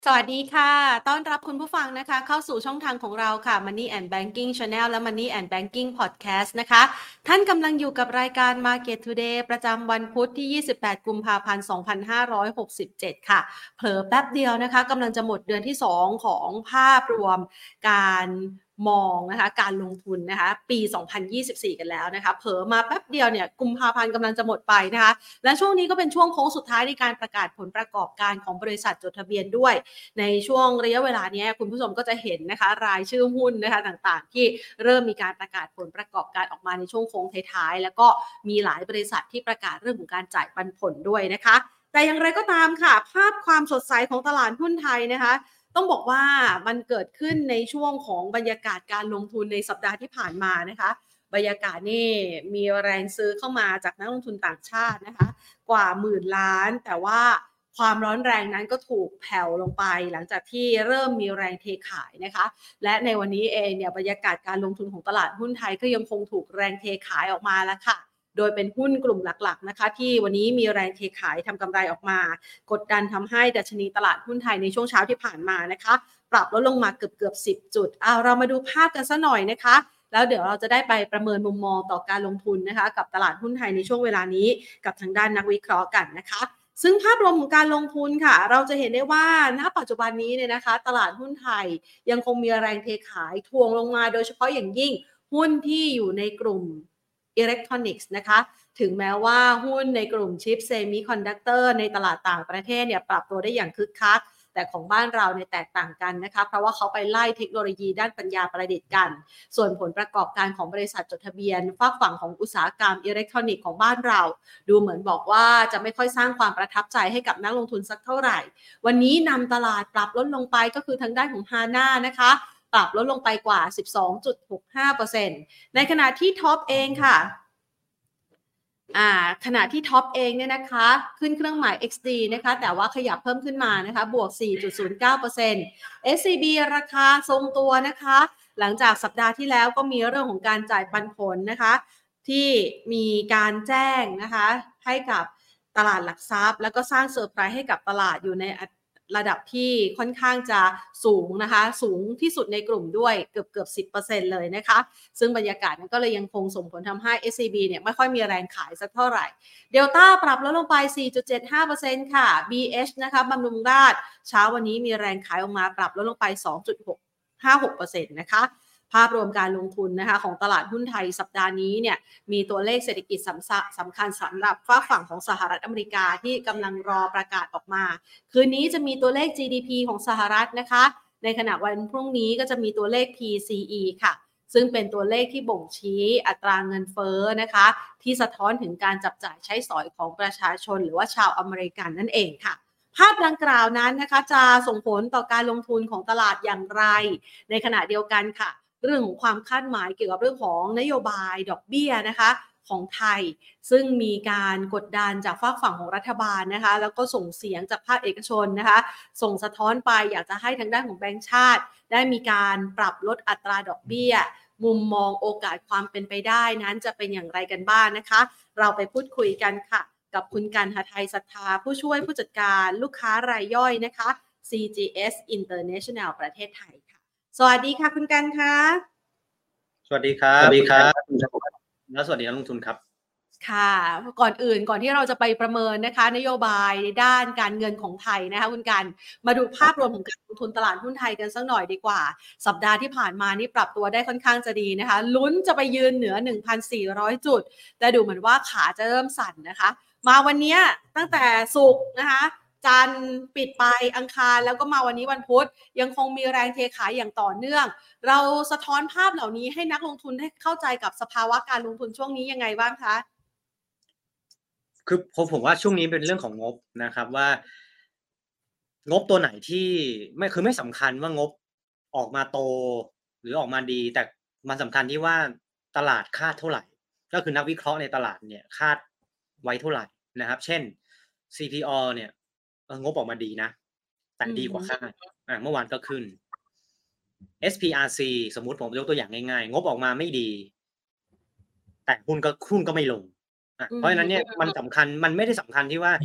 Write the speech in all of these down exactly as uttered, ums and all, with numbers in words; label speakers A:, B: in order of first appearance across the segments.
A: สวัสดีค่ะ ต้อนรับคุณผู้ฟังนะคะเข้าสู่ช่องทางของเราค่ะ Money and Banking Channel และ Money and Banking Podcast นะคะ ท่านกำลังอยู่กับรายการ Market Today ประจำวันพุธที่ ยี่สิบแปด กุมภาพันธ์ สองพันห้าร้อยหกสิบเจ็ด ค่ะ เผลอแป๊บเดียวนะคะกำลังจะหมดเดือนที่ สอง ของภาพรวมการมองนะคะการลงทุนนะคะปี สองพันยี่สิบสี่ กันแล้วนะคะเผลอมาแป๊บเดียวเนี่ยกุมภาพันธ์กำลังจะหมดไปนะคะและช่วงนี้ก็เป็นช่วงโค้งสุดท้ายในการประกาศผลประกอบการของบริษัทจดทะเบียนด้วยในช่วงระยะเวลานี้คุณผู้ชมก็จะเห็นนะคะรายชื่อหุ้นนะคะต่างๆที่เริ่มมีการประกาศผลประกอบการออกมาในช่วงโค้งท้ายๆแล้วก็มีหลายบริษัทที่ประกาศเรื่องของการจ่ายปันผลด้วยนะคะแต่อย่างไรก็ตามค่ะภาพความสดใสของตลาดหุ้นไทยนะคะต้องบอกว่ามันเกิดขึ้นในช่วงของบรรยากาศการลงทุนในสัปดาห์ที่ผ่านมานะคะบรรยากาศนี่มีแรงซื้อเข้ามาจากนักลงทุนต่างชาตินะคะกว่าหมื่นล้านแต่ว่าความร้อนแรงนั้นก็ถูกแผ่วลงไปหลังจากที่เริ่มมีแรงเทขายนะคะและในวันนี้เองเนี่ยบรรยากาศการลงทุนของตลาดหุ้นไทยก็ยังคงถูกแรงเทขายออกมาแล้วค่ะโดยเป็นหุ้นกลุ่มหลักๆนะคะที่วันนี้มีแรงเทขายทำกำไรออกมากดดันทำให้ดัชนีตลาดหุ้นไทยในช่วงเช้าที่ผ่านมานะคะปรับลดลงมาเกือบๆสิบจุดเอาเรามาดูภาพกันซะหน่อยนะคะแล้วเดี๋ยวเราจะได้ไปประเมินมุมมองต่อการลงทุนนะคะกับตลาดหุ้นไทยในช่วงเวลานี้กับทางด้านนักวิเคราะห์กันนะคะซึ่งภาพรวมของการลงทุนค่ะเราจะเห็นได้ว่าณปัจจุบันนี้เนี่ยนะคะตลาดหุ้นไทยยังคงมีแรงเทขายทวงลงมาโดยเฉพาะอย่างยิ่งหุ้นที่อยู่ในกลุ่มอิเล็กทรอนิกส์นะคะถึงแม้ว่าหุ้นในกลุ่มชิปเซมิคอนดักเตอร์ในตลาดต่างประเทศเนี่ยปรับตัวได้อย่างคึกคักแต่ของบ้านเราเนี่ยแตกต่างกันนะคะเพราะว่าเขาไปไล่เทคโนโลยีด้านปัญญาประดิษฐ์กันส่วนผลประกอบการของบริษัทจดทะเบียนฝากฝั่งของอุตสาหกรรมอิเล็กทรอนิกส์ของบ้านเราดูเหมือนบอกว่าจะไม่ค่อยสร้างความประทับใจให้กับนักลงทุนสักเท่าไหร่วันนี้นำตลาดปรับลดลงไปก็คือทางด้านของฮาน่านะคะปรับลดลงไปกว่า สิบสองจุดหกห้าเปอร์เซ็นต์ ในขณะที่ท็อปเองค่ะอ่าขณะที่ท็อปเองเนี่ยนะคะขึ้นเครื่องหมาย เอ็กซ์ ดี นะคะแต่ว่าขยับเพิ่มขึ้นมานะคะบวก สี่จุดศูนย์เก้าเปอร์เซ็นต์ เอส ซี บี ราคาทรงตัวนะคะหลังจากสัปดาห์ที่แล้วก็มีเรื่องของการจ่ายปันผลนะคะที่มีการแจ้งนะคะให้กับตลาดหลักทรัพย์แล้วก็สร้างเซอร์ไพรส์ให้กับตลาดอยู่ในระดับที่ค่อนข้างจะสูงนะคะสูงที่สุดในกลุ่มด้วยเกือบเกือบ สิบเปอร์เซ็นต์ เลยนะคะซึ่งบรรยากาศนั้นก็เลยยังคงส่งผลทำให้ เอส ซี บี เนี่ยไม่ค่อยมีแรงขายสักเท่าไหร่เดลต้าปรับลดลงไป สี่จุดเจ็ดห้าเปอร์เซ็นต์ ค่ะ บี เอช นะคะบำรุงราษฎร์เช้าวันนี้มีแรงขายออกมาปรับลดลงไป สองจุดหกห้าหกเปอร์เซ็นต์ นะคะภาพรวมการลงทุนนะคะของตลาดหุ้นไทยสัปดาห์นี้เนี่ยมีตัวเลขเศรษฐกิจสำคัญสำหรับฝั่งฝั่งของสหรัฐอเมริกาที่กำลังรอประกาศออกมาคืนนี้จะมีตัวเลข จี ดี พี ของสหรัฐนะคะในขณะวันพรุ่งนี้ก็จะมีตัวเลข พี ซี อี ค่ะซึ่งเป็นตัวเลขที่บ่งชี้อัตราเงินเฟ้อนะคะที่สะท้อนถึงการจับจ่ายใช้สอยของประชาชนหรือว่าชาวอเมริกันนั่นเองค่ะภาพดังกล่าวนั้นนะคะจะส่งผลต่อการลงทุนของตลาดอย่างไรในขณะเดียวกันค่ะเรื่องของความคาดหมายเกี่ยวกับเรื่องของนโยบายดอกเบี้ยนะคะของไทยซึ่งมีการกดดันจากฝากฝั่งของรัฐบาลนะคะแล้วก็ส่งเสียงจากภาคเอกชนนะคะส่งสะท้อนไปอยากจะให้ทางด้านของแบงก์ชาติได้มีการปรับลดอัตราดอกเบี้ยมุมมองโอกาสความเป็นไปได้นั้นจะเป็นอย่างไรกันบ้าง นะคะเราไปพูดคุยกันค่ะกับคุณกันหทัยศรัทธาผู้ช่วยผู้จัดการลูกค้ารายย่อยนะคะ ซี จี เอส International ประเทศไทยค่ะสวัสดีค่ะคุณกันค่ะ
B: สวัสดีครับ
C: สวัสดีครับ
B: และสวัสดีนักลงทุนครับ
A: ค่ะก่อนอื่นก่อนที่เราจะไปประเมินนะคะนโยบายในด้านการเงินของไทยนะคะคุณกันมาดูภาพรวมของการลงทุนตลาดหุ้นไทยกันสักหน่อยดีกว่าสัปดาห์ที่ผ่านมานี่ปรับตัวได้ค่อนข้างจะดีนะคะลุ้นจะไปยืนเหนือ หนึ่งพันสี่ร้อย จุดแต่ดูเหมือนว่าขาจะเริ่มสั่นนะคะมาวันนี้ตั้งแต่ศุกร์นะคะจันทร์ปิดไปอังคารแล้วก็มาวันนี้วันพุธยังคงมีแรงเทขายอย่างต่อเนื่องเราสะท้อนภาพเหล่านี้ให้นักลงทุนได้เข้าใจกับสภาวะการลงทุนช่วงนี้ยังไงบ้างคะ
B: คือผมผมว่าช่วงนี้เป็นเรื่องของงบนะครับว่างบตัวไหนที่ไม่คือไม่สำคัญว่างบออกมาโตหรือออกมาดีแต่มันสำคัญที่ว่าตลาดคาดเท่าไหร่ก็คือนักวิเคราะห์ในตลาดเนี่ยคาดไว้เท่าไหร่นะครับเช่น ซี พี อ เนี่ยงบออกมาดีนะแต่ดีกว่าคาดอ่าเมื่อวานก็ขึ้น เอส พี อาร์ ซี สมมุติผมยกตัวอย่างง่ายๆงบออกมาไม่ดีแต่หุ้นก็หุ้นก็ไม่ลงเพราะฉะนั้นเนี่ยมันสำคัญมันไม่ได้สำคัญที่ว่า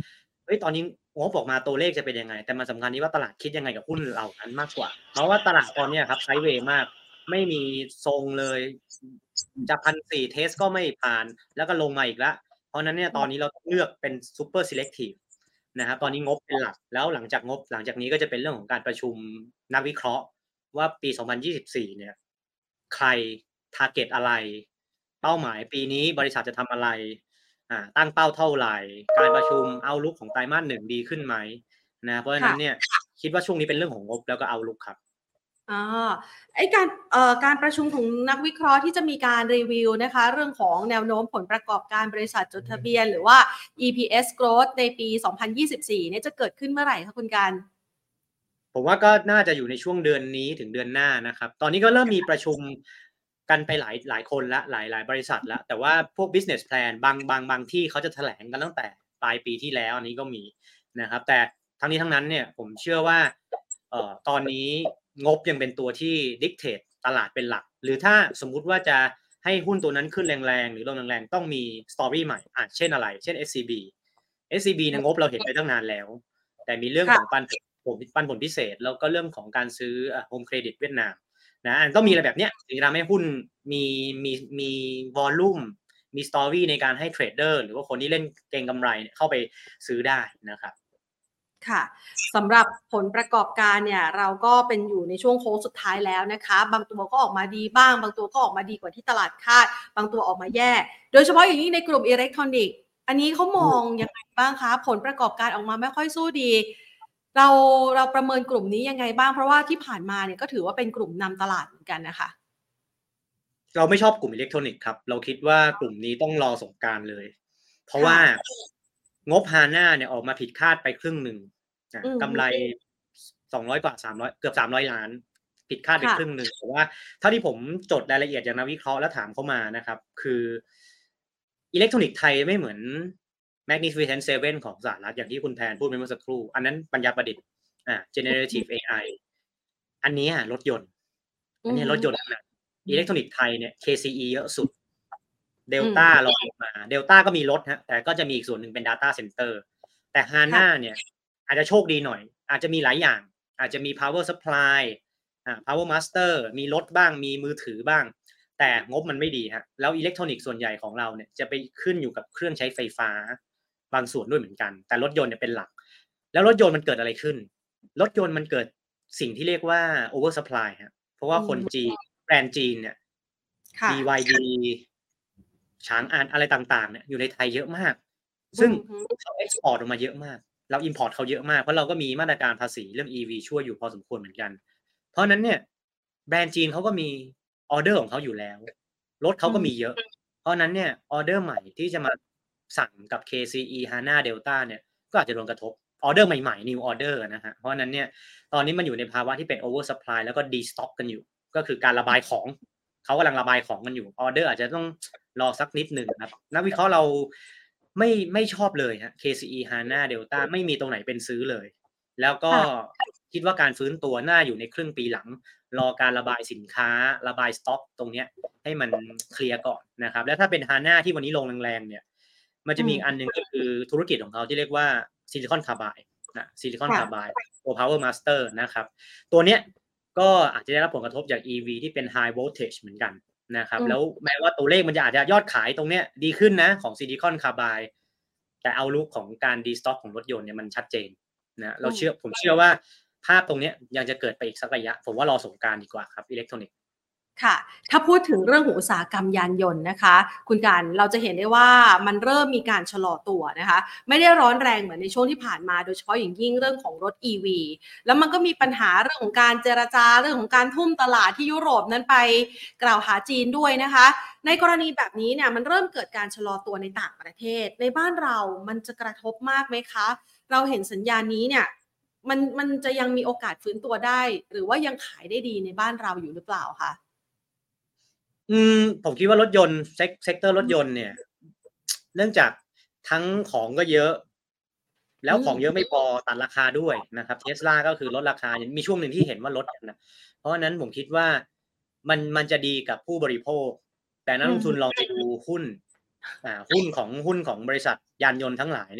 B: เฮ้ยตอนนี้งบออกมาตัวเลขจะเป็นยังไงแต่มันสำคัญที่ว่าตลาดคิดยังไงกับหุ้นเหล่านั้นมากกว่าเพราะว่าตลาดตอนเนี้ยครับไซด์เวย์มากไม่มีทรงเลยจะ หนึ่งพันสี่ร้อย เทสก็ไม่ผ่านแล้วก็ลงมาอีกแล้วเพราะฉะนั้นเนี่ยตอนนี้เราต้องเลือกเป็น super selective นะครับตอนนี้งบเป็นหลักแล้วหลังจากงบหลังจากนี้ก็จะเป็นเรื่องของการประชุมนักวิเคราะห์ว่าปีสองพันยี่สิบสี่เนี่ยใคร target อะไรเป้าหมายปีนี้บริษัทจะทำอะไรอ่าตั้งเป้าเท่าไหร่การประชุมเอาลุกของไตรมาสหนึ่งดีขึ้นไหมนะเพราะฉะนั้นเนี่ยคิดว่าช่วงนี้เป็นเรื่องของงบแล้วก็เอาลุกครับ
A: อ่าไอการเอ่อการประชุมของนักวิเคราะห์ที่จะมีการรีวิวนะคะเรื่องของแนวโน้มผลประกอบการบริษัทจดทะเบียนหรือว่า อี พี เอส growth ในปีสองพันยี่สิบสี่เนี่ยจะเกิดขึ้นเมื่อไหร่คะคุณการ
B: ผมว่าก็น่าจะอยู่ในช่วงเดือนนี้ถึงเดือนหน้านะครับตอนนี้ก็เริ่มมีประชุมกันไปหลายหลายคนละหลายหลายบริษัทแล้วแต่ว่าพวก business plan บางบางบางที่เขาจะแถลงกันตั้งแต่ปลายปีที่แล้วอันนี้ก็มีนะครับแต่ทั้งนี้ทั้งนั้นเนี่ยผมเชื่อว่าเอ่อตอนนี้งบยังเป็นตัวที่ dictate ตลาดเป็นหลักหรือถ้าสมมุติว่าจะให้หุ้นตัวนั้นขึ้นแรงๆหรือลงแรงๆต้องมีสตอรี่ใหม่อ่ะเช่นอะไรเช่น เอส ซี บี เอส ซี บี เนี่ยงบเราเห็นไปตั้งนานแล้วแต่มีเรื่องของปันผลปันผลพิเศษแล้วก็เรื่องของการซื้อโฮมเครดิตเวียดนามนะต้องมีอะไรแบบเนี้ยถึงจะทำให้หุ้นมีมีมีวอลลุ่มมีสตอรี่ในการให้เทรดเดอร์หรือว่าคนที่เล่นเก็งกำไรเข้าไปซื้อได้นะครับ
A: ค่ะสำหรับผลประกอบการเนี่ยเราก็เป็นอยู่ในช่วงโค้งสุดท้ายแล้วนะคะบางตัวก็ออกมาดีบ้างบางตัวก็ออกมาดีกว่าที่ตลาดคาดบางตัวออกมาแย่โดยเฉพาะอย่างยิ่งในกลุ่มอิเล็กทรอนิกส์อันนี้เขามองยังไงบ้างคะผลประกอบการออกมาไม่ค่อยสู้ดีเราเราประเมินกลุ่มนี้ยังไงบ้างเพราะว่าที่ผ่านมาเนี่ยก็ถือว่าเป็นกลุ่มนำตลาดเหมือนกันนะคะ
B: เราไม่ชอบกลุ่มอิเล็กทรอนิกส์ครับเราคิดว่ากลุ่มนี้ต้องรอสงกรานต์เลยเพราะว่างบฮาน่าเนี่ยออกมาผิดคาดไปครึ่งหนึ่งกำไรสองร้อยกว่าสามร้อยเกือบสามร้อยล้านผิดคาดไปครึ่งหนึ่งแต่ว่าเท่าที่ผมจดรายละเอียดจากนักวิเคราะห์แล้วถามเข้ามานะครับคืออิเล็กทรอนิกส์ไทยไม่เหมือน Magnificent Seven ของสหรัฐอย่างที่คุณแพนพูดไปเมื่อสักครู่อันนั้นปัญญาประดิษฐ์อ่า generative เอ ไอ อันนี้รถยนต์อันนี้รถยนต์นะอิเล็กทรอนิกส์ไทยเนี่ย เค ซี อี เยอะสุดเดลต้าลองลงมาเดลต้าก็มีรถฮะแต่ก็จะมีอีกส่วนหนึ่งเป็น data center แต่ ฮาน่า เนี่ยอาจจะโชคดีหน่อยอาจจะมีหลายอย่างอาจจะมี power supply อ่า power master มีรถบ้างมีมือถือบ้างแต่งบมันไม่ดีฮะแล้วอิเล็กทรอนิกส์ส่วนใหญ่ของเราเนี่ยจะไปขึ้นอยู่กับเครื่องใช้ไฟฟ้าบางส่วนด้วยเหมือนกันแต่รถยนต์เนี่ยเป็นหลักแล้วรถยนต์มันเกิดอะไรขึ้นรถยนต์มันเกิดสิ่งที่เรียกว่า over supply ฮะเพราะว่าคนจีนแบรนด์จีนเนี่ย บี วาย ดี ฉางอันอะไรต่างๆเนี่ยอยู่ในไทยเยอะมากซึ่งเขาเอ็กซ์พอร์ตออกมาเยอะมากเราอิมพอร์ตเขาเยอะมากเพราะเราก็มีมาตรการภาษีเรื่อง อี วี ช่วยอยู่พอสมควรเหมือนกันเพราะนั้นเนี่ยแบรนด์จีนเขาก็มีออเดอร์ของเขาอยู่แล้วรถเขาก็มีเยอะเพราะนั้นเนี่ยออเดอร์ใหม่ที่จะมาสั่งกับ เค ซี อี ฮาน่า Delta เนี่ยก็อาจจะโดนกระทบออเดอร์ใหม่ๆ new order นะฮะเพราะนั้นเนี่ยตอนนี้มันอยู่ในภาวะที่เป็น over supply แล้วก็ destock กันอยู่ก็คือการระบายของเขากำลังระบายของกันอยู่ออเดอร์อาจจะต้องรอสักนิดหนึ่งครับนักวิเคราะห์เราไม่ไม่ชอบเลยฮะ เค ซี อี ฮาน่า Delta ไม่มีตรงไหนเป็นซื้อเลยแล้วก็คิดว่าการฟื้นตัวน่าอยู่ในครึ่งปีหลังรอการระบายสินค้าระบายสต็อกตรงเนี้ยให้มันเคลียร์ก่อนนะครับแล้วถ้าเป็น ฮาน่า ที่วันนี้ลงแรงๆเนี่ยมันจะมีอีกอันนึงก็คือธุรกิจของเขาที่เรียกว่า Silicon Carbide นะ Silicon Carbide ตัว Power Master นะครับตัวเนี้ยก็อาจจะได้รับผลกระทบจาก อี วี ที่เป็น High Voltage เหมือนกันนะครับแล้วแม้ว่าตัวเลขมันจะอาจจะยอดขายตรงเนี้ยดีขึ้นนะของ Silicon Carbide แต่เอาลุกของการดีสต็อกของรถยนต์เนี่ยมันชัดเจนนะเราเชื่อผมเชื่อว่าภาพตรงนี้ยังจะเกิดไปอีกสักระยะผมว่ารอสงกรานต์ดีกว่าครับอิเล็กทรอนิกส์
A: ค่ะถ้าพูดถึงเรื่องของอุตสาหกรรมยานยนต์นะคะคุณการเราจะเห็นได้ว่ามันเริ่มมีการชะลอตัวนะคะไม่ได้ร้อนแรงเหมือนในช่วงที่ผ่านมาโดยเฉพาะอย่างยิ่งเรื่องของรถ อี วี แล้วมันก็มีปัญหาเรื่องของการเจรจาเรื่องของการทุ่มตลาดที่ยุโรปนั้นไปกล่าวหาจีนด้วยนะคะในกรณีแบบนี้เนี่ยมันเริ่มเกิดการชะลอตัวในต่างประเทศในบ้านเรามันจะกระทบมากไหมคะเราเห็นสัญญาณนี้เนี่ยมันมันจะยังมีโอกาสฟื้นตัวได้หรือว่ายังขายได้ดีในบ้านเราอยู่หรือเปล่าคะ
B: อืมผมคิดว่ารถยนต์เซกเซกเตอร์รถยนต์เนี่ยเนื่องจากทั้งของก็เยอะแล้วของเยอะไม่พอตัดราคาด้วยนะครับ Tesla ก็คือลดราคามีช่วงหนึ่งที่เห็นว่าลดนะเพราะฉะนั้นผมคิดว่ามันมันจะดีกับผู้บริโภคแต่นักลงทุนลองไปดูหุ้นอ่าหุ้นของหุ้นของบริษัทยานยนต์ทั้งหลายเนี่ย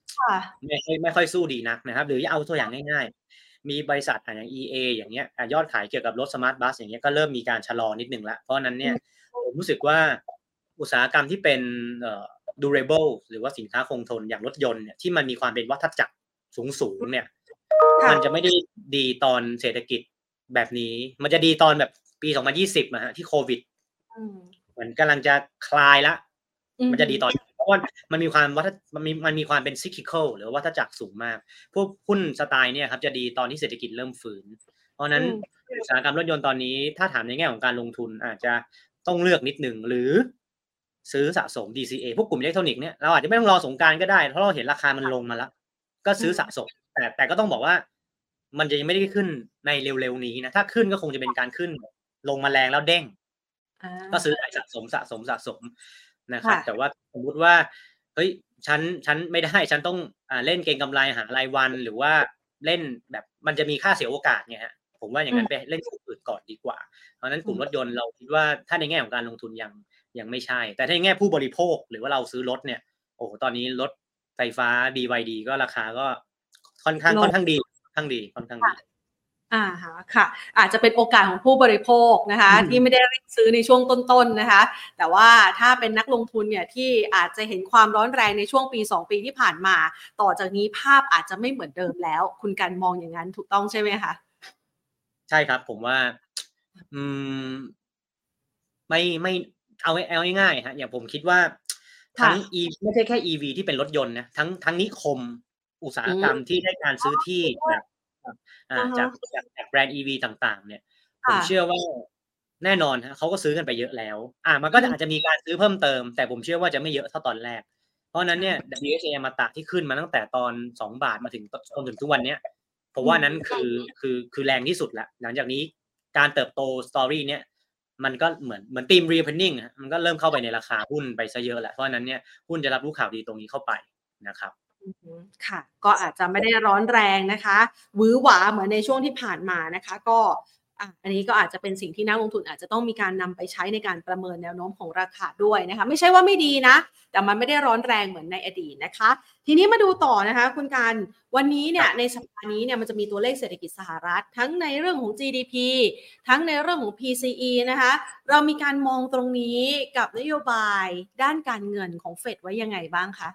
A: ค่ะ
B: ไม่ค่อยไม่ค่อยสู้ดีนักนะครับหรือเอาตัวอย่างง่ายๆมีบริษัทอ่ะอย่าง อี เอ อย่างเงี้ยอ่ะยอดขายเกี่ยวกับรถ Smart Bus อย่างเงี้ยก็เริ่มมีการชะลอนิดนึงแล้วเพราะฉะนั้น
A: อื
B: เนี่ย
A: ม
B: ผมรู้สึกว่าอุตสาหกรรมที่เป็นเอ่อ durable หรือว่าสินค้าคงทนอย่างรถยนต์เนี่ยที่มันมีความเป็นวัฏจักรสูงๆเนี่ย
A: ค่ะ
B: มันจะไม่ได้ดีตอนเศรษฐกิจแบบนี้มันจะดีตอนแบบปีสองพันยี่สิบนะฮะที่โควิด
A: อืม
B: เหมือนกำลังจะคลายละ
A: อื
B: มันจะดีตอน
A: ม
B: เพราะว่ามันมีความวัฏมันมีมันมีความเป็น cyclical หรือว่าวัฏจักรสูงมากพวกหุ้นสไตล์เนี่ยครับจะดีตอนที่เศรษฐกิจเริ่มฟื้นเพราะนั้น
A: อืม
B: อุตสาหกรรมรถยนต์ตอนนี้ถ้าถามในแง่ของการลงทุนอาจจะต้องเลือกนิดหนึ่งหรือซื้อสะสม ดี ซี เอ พวกกลุ่มอิเล็กทรอนิกส์เนี่ยเราอาจจะไม่ต้องรอสงกรานต์ก็ได้เพราะเราเห็นราคามันลงมาแล้วก็
A: อืม
B: ซื้อสะสมแต่แต่ก็ต้องบอกว่ามันจะยังไม่ได้ขึ้นในเร็วๆนี้นะถ้าขึ้นก็คงจะเป็นการขึ้นลงมาแรงแล้วเด้ง
A: อ่
B: ก็ซื้อ
A: า
B: ไปสะสมสะสมสะสมนะครับแต่
A: ค่ะ
B: ว่าสมมุติว่าเฮ้ยฉันฉันไม่ได้ฉันต้องอ่าเล่นเก็งกำไรหารายวันหรือว่าเล่นแบบมันจะมีค่าเสียโอกาสไงฮะผมว่าอย่างนั้นไป
A: อืม
B: เล่นกลุ่มอื่นก่อนดีกว่าเพราะฉะนั้นก
A: อืม
B: ลุ่มรถยนต์เราคิดว่าถ้าในแง่ของการลงทุนยังยังไม่ใช่แต่ถ้าในแง่ผู้บริโภคหรือว่าเราซื้อรถเนี่ยโอ้โหตอนนี้รถไฟฟ้า บี วาย ดี ก็ราคาก็ค่อนข้าง
A: ลง
B: ค่อนข้างดีค่อนข้างดีค่อนข้างดี
A: อ่าฮะค่ะอาจจะเป็นโอกาสของผู้บริโภคนะคะที่ไม่ได้รีบซื้อในช่วงต้นๆนะคะแต่ว่าถ้าเป็นนักลงทุนเนี่ยที่อาจจะเห็นความร้อนแรงในช่วงปีสองปีที่ผ่านมาต่อจากนี้ภาพอาจจะไม่เหมือนเดิมแล้วคุณกันมองอย่างนั้นถูกต้องใช่ไหมคะ
B: ใช่ครับผมว่าอืม ไม่ไม่เอาเอาง่ายๆฮะอย่างผมคิดว่าทั้
A: ค่ะ
B: ง E ไม่ใช่แค่ อี วี ที่เป็นรถยนต์นะทั้งทั้งนิคมอุตสา
A: อื
B: หกรรม
A: ม
B: ที่ได้การซื้อที่แบบอ่า
A: อือฮึ
B: จากจากจากแบรนด์ อี วี ต่างๆเนี่ยผม
A: ค่ะ
B: เชื่อว่าแน่นอนครับเขาก็ซื้อกันไปเยอะแล้วอ่ามันก็
A: อืม
B: อาจจะมีการซื้อเพิ่มเติมแต่ผมเชื่อว่าจะไม่เยอะเท่าตอนแรกเพราะนั้นเนี่ย
A: อ่า
B: ดับเบิลยู เอช เอ อมตะที่ขึ้นมาตั้งแต่ตอนสองบาทมาถึงจนถึงทุกวันเนี้ยผม
A: อืม
B: ว่านั้นคือคือคือแรงที่สุดแล้วหลังจากนี้การเติบโตสตอรี่เนี้ย มันก็เหมือนเหมือนธีม reopening อะมันก็เริ่มเข้าไปในราคาหุ้นไปเสียเยอะแล้วเพราะฉะนั้นเนี่ยหุ้นจะรับรู้ข่าวดีตรงนี้เข้าไปนะครับ
A: อือฮึค่ะก็อาจจะไม่ได้ร้อนแรงนะคะหวือหวาเหมือนในช่วงที่ผ่านมานะคะก็อ่าอันนี้ก็อาจจะเป็นสิ่งที่นักลงทุนอาจจะต้องมีการนำไปใช้ในการประเมินแนวโน้มของราคาด้วยนะคะไม่ใช่ว่าไม่ดีนะแต่มันไม่ได้ร้อนแรงเหมือนในอดีตนะคะทีนี้มาดูต่อนะคะคุณกันวันนี้
B: ค
A: เนี่
B: รับ
A: ยในสัปดาห์นี้เนี่ยมันจะมีตัวเลขเศรษฐกิจสหรัฐทั้งในเรื่องของ จี ดี พี ทั้งในเรื่องของ พี ซี อี นะคะเรามีการมองตรงนี้กับนโยบายด้านการเงินของเฟดไว้ยังไงบ้างคะ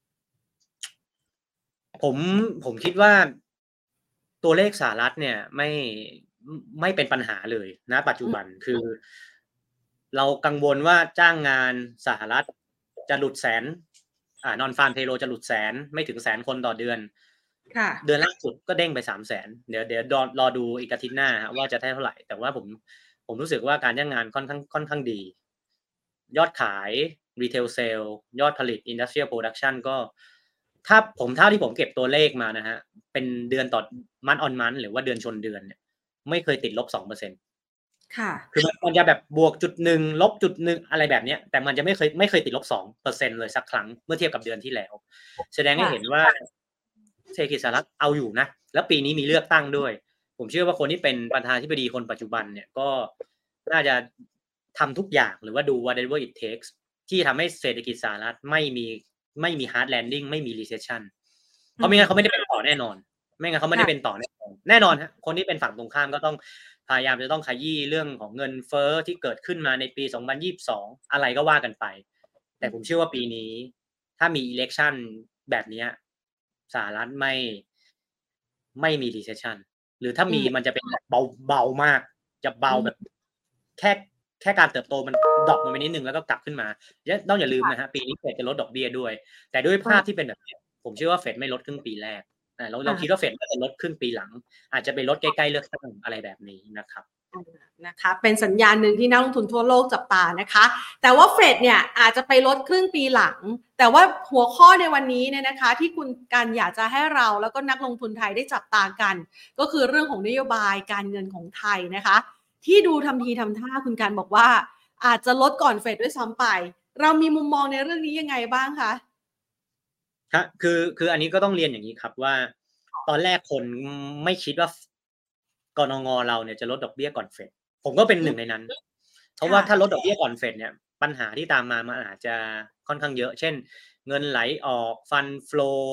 B: ผมผมคิดว่าตัวเลขสหรัฐเนี่ยไม่ไม่เป็นปัญหาเลยณปัจจุ
A: อืม
B: บันคือเรากังวลว่าจ้างงานสหรัฐจะหลุดแสนอ่านอนฟาร์มเพโลจะหลุดแสนไม่ถึงแสนคนต่อเดือน
A: ค่ะ
B: เดือนล่าสุดก็เด้งไปสามแสนเดี๋ยวเดี๋ยวรอรอดูอีกอาทิตย์หน้าว่าจะได้เท่าไหร่แต่ว่าผมผมรู้สึกว่าการจ้างงานค่อนข้างค่อนข้างดียอดขาย Retail Sale ยอดผลิต Industrial Production ก็ถ้าผมเท่าที่ผมเก็บตัวเลขมานะฮะเป็นเดือนต่อ month on month หรือว่าเดือนชนเดือนเนี่ยไม่เคยติดลบสองเปอร์เซ็นต์
A: ค่ะ
B: คือมันมันจะแบบบวกจุดหนึ่งลบจุดหนึ่งอะไรแบบเนี้ยแต่มันจะไม่เคยไม่เคยติดลบสองเปอร์เซ็นต์เลยสักครั้งเมื่อเทียบกับเดือนที่แล้วแสดงให้
A: ค่ะ
B: เห็นว่าเศรษฐกิจสหรัฐเอาอยู่นะแล้วปีนี้มีเลือกตั้งด้วยผมเชื่อว่าคนที่เป็นประธานาธิบดีคนปัจจุบันเนี่ยก็น่าจะทำทุกอย่างหรือว่าดู whatever it takes ที่ทำให้เศรษฐกิจสหรัฐไม่มีไม่มี hard landing ไม่มี recession เพ
A: อือฮึ
B: ราะไม่งั้นเขาไม่ได้เป็นต่อแน่นอนไม่งั้นเขาไม่ได้
A: ค่ะ
B: เป็นต่อแน่นอนแน่นอนฮะคนที่เป็นฝั่งตรงข้ามก็ต้องพยายามจะต้องขยี้เรื่องของเงินเฟ้อที่เกิดขึ้นมาในปีสองพันยี่สิบสองอะไรก็ว่ากันไปแต่ผมเชื่อว่าปีนี้ถ้ามี election แบบเนี้ยสหรัฐไม่ไม่มี recession หรือถ้า
A: อืม
B: มีมันจะเป็นแบบเบาเบามากจะเบาแบบ
A: อืม
B: แค่แค่การเติบโตมันดรอปลงไปนิดนึงแล้วก็กลับขึ้นมาต้องอย่าลืมนะฮะปีนี้เฟดจะลดดอกเบี้ยด้วยแต่ด้วยภาพที่เป็นแบบนี้ผมเชื่อว่าเฟดไม่ลดครึ่งปีแรกอ่าเราเราคิด
A: อา
B: ว่าเฟดน่าจะลดครึ่งปีหลังอาจจะไปลดใกล้ๆเลือกตั้งอะไรแบบนี้นะครับ
A: อานะคะเป็นสัญญาณหนึ่งที่นักลงทุนทั่วโลกจับตานะคะแต่ว่าเฟดเนี่ยอาจจะไปลดครึ่งปีหลังแต่ว่าหัวข้อในวันนี้เนี่ยนะคะที่คุณกันอยากจะให้เราแล้วก็นักลงทุนไทยได้จับตากันก็คือเรื่องของนโยบายการเงินของไทยนะคะที่ดูทำทีทำท่าคุณกันบอกว่าอาจจะลดก่อนเฟดด้วยซ้ำไปเรามีมุมมองในเรื่องนี้ยังไงบ้างคะ
B: ครับคือคืออันนี้ก็ต้องเรียนอย่างนี้ครับว่าตอนแรกคนไม่คิดว่ากนงเราเนี่ยจะลดดอกเบี้ยก่อนเฟดผมก็เป็น
A: อืม
B: หนึ่งในนั้นเพราะว่า
A: ค่ะ
B: ถ้าลดดอกเบี้ยก่อนเฟดเนี่ยปัญหาที่ตามมามันอาจจะค่อนข้างเยอะเช่นเงินไหลออกฟันโฟล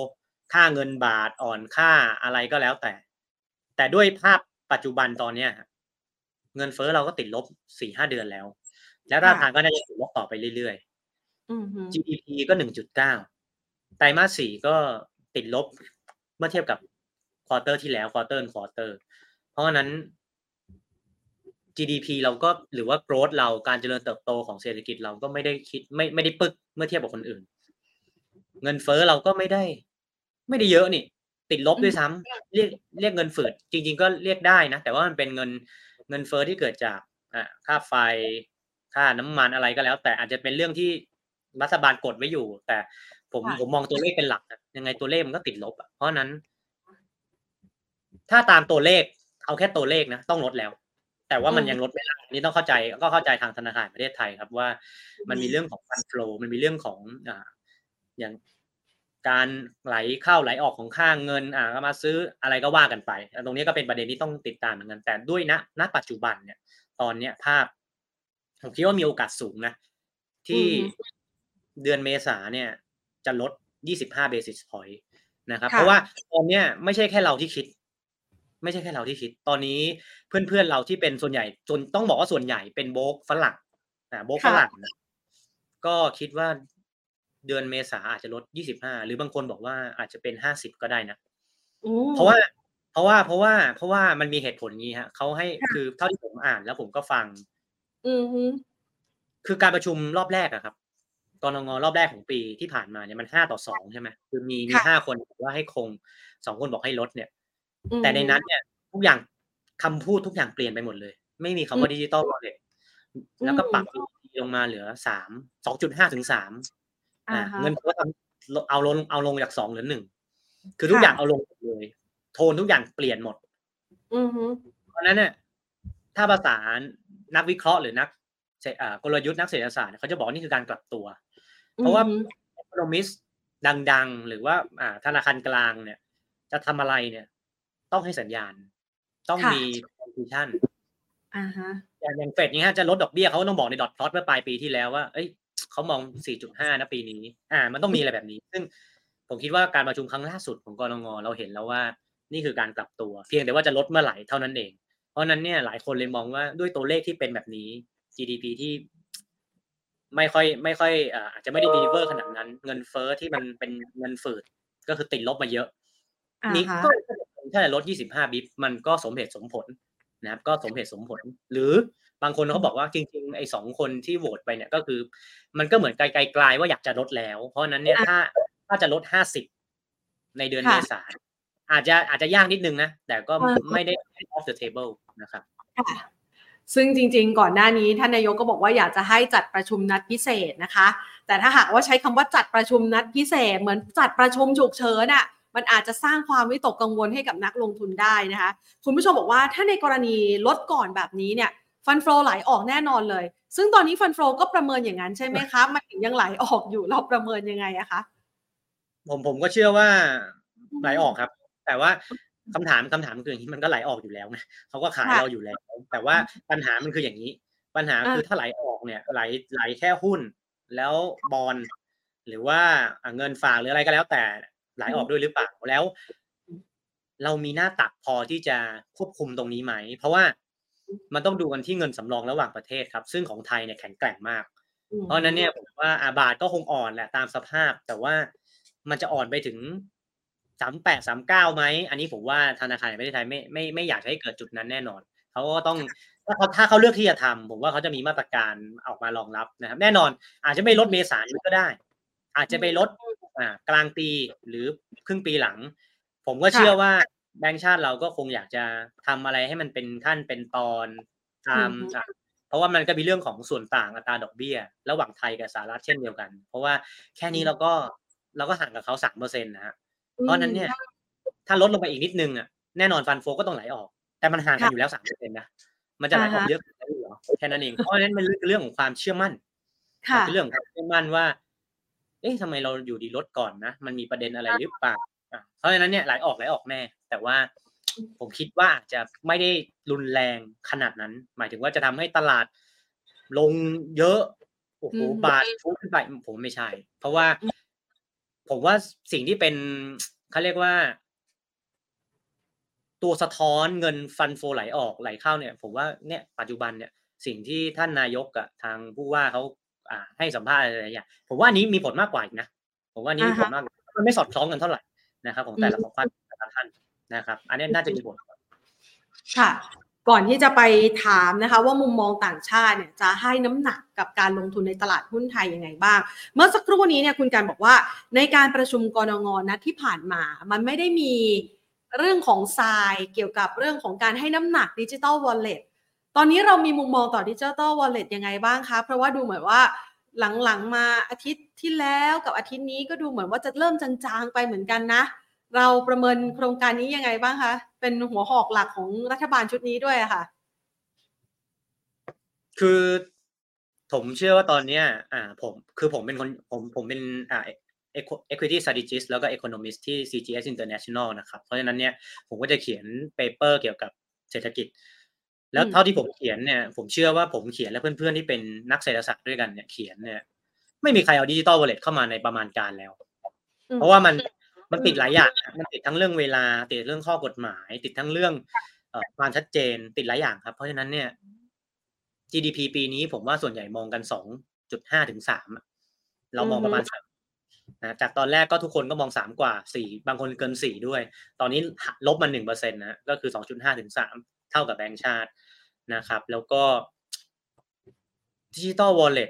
B: ค่าเงินบาทอ่อนค่าอะไรก็แล้วแต่แต่ด้วยภาพปัจจุบันตอนเนี้ยเงินเฟ้อเราก็ติดลบ สี่ห้า เดือนแล้วแล้วท่าทางก็น่าจะติดลบต่อไปเรื่อยๆ
A: อือฮึ
B: จี ดี พี ก็ หนึ่งจุดเก้า ไตรมาสสี่ก็ติดลบเมื่อเทียบกับควอเตอร์ที่แล้ว quarter on quarter เพราะฉะนั้น จี ดี พี เราก็หรือว่า growth เราการเจริญเติบโตของเศรษฐกิจเราก็ไม่ได้คิดไม่ไม่ได้ปึ๊กเมื่อเทียบกับคนอื่นเงินเฟ้อเราก็ไม่ได้ไม่ได้เยอะนี่ติดลบด้วยซ้ำเรียกเรียกเงินฝืดจริงๆก็เรียกได้นะแต่ว่ามันเป็นเงินเงินเฟ้อที่เกิดจากอ่าค่าไฟค่าน้ำมันอะไรก็แล้วแต่อาจจะเป็นเรื่องที่รัฐบาลกดไว้อยู่แต่ผมผมมองตัวเลขเป็นหลักยังไงตัวเลขมันก็ติดลบอ่ะเพราะนั้นถ้าตามตัวเลขเอาแค่ตัวเลขนะต้องลดแล้วแต่ว่ามันยังลดไม่ได้นี่ต้องเข้าใจก็เข้าใจทางธนาคารประเทศไทยครับว่ามันมีเรื่องของ fund flow มันมีเรื่องของอ่าอย่างการไหลเข้าไหลออกของค่าเงินอ่าก็มาซื้ออะไรก็ว่ากันไปตรงนี้ก็เป็นประเด็นที่ต้องติดตามเหมือนกันแต่ด้วยณณปัจจุบันเนี่ยตอนเนี้ยภาพผมคิดว่ามีโอกาสสูงนะที่เดือนเมษาเนี่ยจะลดยี่สิบห้า basis point นะครับเพราะว่าตอนเนี้ยไม่ใช่แค่เราที่คิดไม่ใช่แค่เราที่คิดตอนนี้เพื่อนๆเราที่เป็นส่วนใหญ่จนต้องบอกว่าส่วนใหญ่เป็นโบรกฝรั่งอ่าโบรกฝรั่งก็คิดว่าเดือนเมษาอาจจะลดยี่สิบห้าหรือบางคนบอกว่าอาจจะเป็นห้าสิบก็ได้นะเพราะว่าเพราะว่าเพราะว่าเพราะว่ามันมีเหตุผลงี้ฮะเขาให้คือเท่าที่ผมอ่านแล้วผมก็ฟัง
A: อือฮึ
B: คือการประชุมรอบแรกอะครับกนงรอบแรกของปีที่ผ่านมาเนี่ยมันห้าต่อสองใช่ไหมคือมีมีห้าคนบอกว่าให้คงสองคนบอกให้ลดเนี่ยแต่ในนั้นเนี่ยทุกอย่างคำพูดทุกอย่างเปลี่ยนไปหมดเลยไม่มีคำว่า Digital Wallet แล้วก็ปรับ จี ดี พี ลงมาเหลือสาม สองจุดห้า ถึง สามอ่าเงินเฟ้อทำเอาลงเอาลงจากสองเหลือหนึ่งคือทุกอย่างเอาลงหมดเลยโทนทุกอย่างเปลี่ยนหมด
A: อือฮึ
B: เพราะนั้นเนี่ยถ้าภาษานักวิเคราะห์หรือนักอ่ากลยุทธ์นักเศรษฐศาสตร์เขาจะบอกนี่คือการกลับตัวเพราะว่า economist ดังๆหรือว่าอ่าธนาคารกลางเนี่ยจะทำอะไรเนี่ยต้องให้สัญญาณต้องมี condition
A: อ่าฮะ
B: อย่างเฟดนี่ฮะจะลดดอกเบี้ยเขาต้องบอกในดอทพลอตเมื่อปลายปีที่แล้วว่าเอ้ยเขามอง สี่จุดห้า นะปีนี้อ่ามันต้องมีอะไรแบบนี้ซึ่งผมคิดว่าการประชุมครั้งล่าสุดของกนงเราเห็นแล้วว่านี่คือการกลับตัวเพียงแต่ว่าจะลดเมื่อไหร่เท่านั้นเองเพราะนั้นเนี่ยหลายคนเลยมองว่าด้วยตัวเลขที่เป็นแบบนี้ จี ดี พี ที่ไม่ค่อยไม่ค่อยอ่าอาจจะไม่ได้ deliver ขนาดนั้นเงินเฟ้อที่มันเป็นเงินฝืดก็คือติดลบมาเยอะนี่ก็ถ้าจะลดยี่สิบห้าบิปมันก็สมเหตุสมผลนะครับก็สมเหตุสมผลหรือบางคนเขาบอกว่าจริงๆไอ้สองคนที่โหวตไปเนี่ยก็คือมันก็เหมือนไกลๆว่าอยากจะลดแล้วเพราะนั้นเนี่ยถ้าถ้าจะลดห้าสิบในเดือนเมษายนอาจจะอาจจะยากนิดนึงนะแต่ก็ไม่ได้ off the table นะครับ
A: ซึ่งจริงๆก่อนหน้านี้ท่านนายกก็บอกว่าอยากจะให้จัดประชุมนัดพิเศษนะคะแต่ถ้าหากว่าใช้คำว่าจัดประชุมนัดพิเศษเหมือนจัดประชุมฉุกเฉินอ่ะมันอาจจะสร้างความวิตกกังวลให้กับนักลงทุนได้นะคะคุณผู้ชมบอกว่าถ้าในกรณีลดก่อนแบบนี้เนี่ยฟันโฟลไหลออกแน่นอนเลยซึ่งตอนนี้ฟันโฟลก็ประเมินอย่างนั้นใช่ไหมคะมันถึงยังไหลออกอยู่เราประเมินยังไงอะคะ
B: ผมผมก็เชื่อว่าไหลออกครับแต่ว่าคำถามคำถามคืออย่างนี้มันก็ไหลออกอยู่แล้วไงเขาก็ขายเราอยู่แล้วแต่ว่าปัญหามันคืออย่างนี้ปัญหาคือถ้าไหลออกเนี่ยไหลไหลแค่หุ้นแล้วบอนด์หรือว่าเงินฝากหรืออะไรก็แล้วแต่ไหลออกด้วยหรือเปล่าแล้วเรามีหน้าตักพอที่จะควบคุมตรงนี้ไหมเพราะว่ามันต้องดูกันที่เงินสำรองระหว่างประเทศครับซึ่งของไทยเนี่ยแข็งแกร่งมากเพราะนั้นเนี่ยผมว่าอาบาทก็คงอ่อนแหละตามสภาพแต่ว่ามันจะอ่อนไปถึงสามแปด สามเก้าไหมอันนี้ผมว่าธนาคารแห่งประเทศไทยไม่ไม่ไม่อยากให้เกิดจุดนั้นแน่นอนเขาก็ต้องถ้าเขาถ้าเขาเลือกที่จะทำผมว่าเขาจะมีมาตรการออกมารองรับนะครับแน่นอนอาจจะไม่ลดเมษายนก็ได้อาจจะไปลดอ่ากลางปีหรือครึ่งปีหลังผมก็เชื่อว่าแบงก์ชาติเราก็คงอยากจะทำอะไรให้มันเป็นขั้นเป็นตอนตามเพราะว่ามันก็มีเรื่องของส่วนต่างอัตราดอกเบี้ยระหว่างไทยกับสหรัฐเช่นเดียวกันเพราะว่าแค่นี้เราก็เราก็ห่างกับเขา สามเปอร์เซ็นต์ นะฮะเพราะนั้นเนี่ยถ้าลดลงไปอีกนิดนึงอ่ะแน่นอนฟันโฟก็ต้องไหลออกแต่มันห่างกันอยู่แล้ว สามเปอร์เซ็นต์ นะมันจะไหลออกเยอะกว่านั้นเหรอแค่นั้นเองเพราะฉะนั้นมันเป็นเรื่องของความเชื่อมั่นเป็นเรื่องของความเชื่อมั่นว่าเอ๊ะทำไมเราอยู่ดีลดก่อนนะมันมีประเด็นอะไรหรือเปล่าเพราะฉะนั้นเนี่ยไหลออกไหลออกแน่แต่ว่าผมคิดว่าจะไม่ได้รุนแรงขนาดนั้นหมายถึงว่าจะทำให้ตลาดลงเยอะโอ้โหบาทฟุตขึ้นไปผมไม่ใช่เพราะว่าผมว่าสิ่งที่เป็นเขาเรียกว่าตัวสะท้อนเงินฟันโฟไหลออกไหลเข้าเนี่ยผมว่าเนี่ยปัจจุบันเนี่ยสิ่งที่ท่านนายกกับทางผู้ว่าเขาอ่าให้สัมภาษณ์อะไรอย่างผมว่าอันนี้มีผลมากกว่าอีกนะผมว่าอันนี้มีผลมากมันไม่สอดคล้องกันเท่าไหร่นะครับของแต่ละของแต่ละท่านนะครับอันนี้น่าจะมีผล
A: ค่ะก่อนที่จะไปถามนะคะว่ามุมมองต่างชาติเนี่ยจะให้น้ำหนักกับการลงทุนในตลาดหุ้นไทยยังไงบ้างเมื่อสักครู่นี้เนี่ยคุณการบอกว่าในการประชุมกนง.นัดที่ผ่านมามันไม่ได้มีเรื่องของทรายเกี่ยวกับเรื่องของการให้น้ำหนัก Digital Wallet ตอนนี้เรามีมุมมองต่อ Digital Wallet ยังไงบ้างคะเพราะว่าดูเหมือนว่าหลังๆมาอาทิตย์ที่แล้วกับอาทิตย์นี้ก็ดูเหมือนว่าจะเริ่มจางๆไปเหมือนกันนะเราประเมินโครงการนี้ยังไงบ้างคะเป็นหัวหอกหลักของรัฐบาลชุดนี้ด้วยอะค่ะ
B: คือผมเชื่อว่าตอนนี้อ่าผมคือผมเป็นคนผมผมเป็นอ่า equity strategist แล้วก็ economist ที่ ซี จี เอส International นะครับเพราะฉะนั้นเนี่ยผมก็จะเขียนเปเปอร์เกี่ยวกับเศรษฐกิจแล้วเท่าที่ผมเขียนเนี่ยผมเชื่อว่าผมเขียนและเพื่อนๆที่เป็นนักเศรษฐศาสตร์ด้วยกันเนี่ยเขียนเนี่ยไม่มีใครเอา Digital Wallet เข้ามาในประมาณการแล้วเพราะว่ามันมันติดหลายอย่างมันติดทั้งเรื่องเวลาติดเรื่องข้อกฎหมายติดทั้งเรื่องเอ่อความชัดเจนติดหลายอย่างครับเพราะฉะนั้นเนี่ย จี ดี พี ปีนี้ผมว่าส่วนใหญ่มองกัน สองจุดห้า ถึง สาม เรามองประมาณสามนะจากตอนแรกก็ทุกคนก็มองสามกว่าสี่บางคนเกินสี่ด้วยตอนนี้ลบมา หนึ่งเปอร์เซ็นต์ นะก็คือ สองจุดห้า ถึง สาม เท่ากับแบงก์ชาตินะครับแล้วก็ Digital Wallet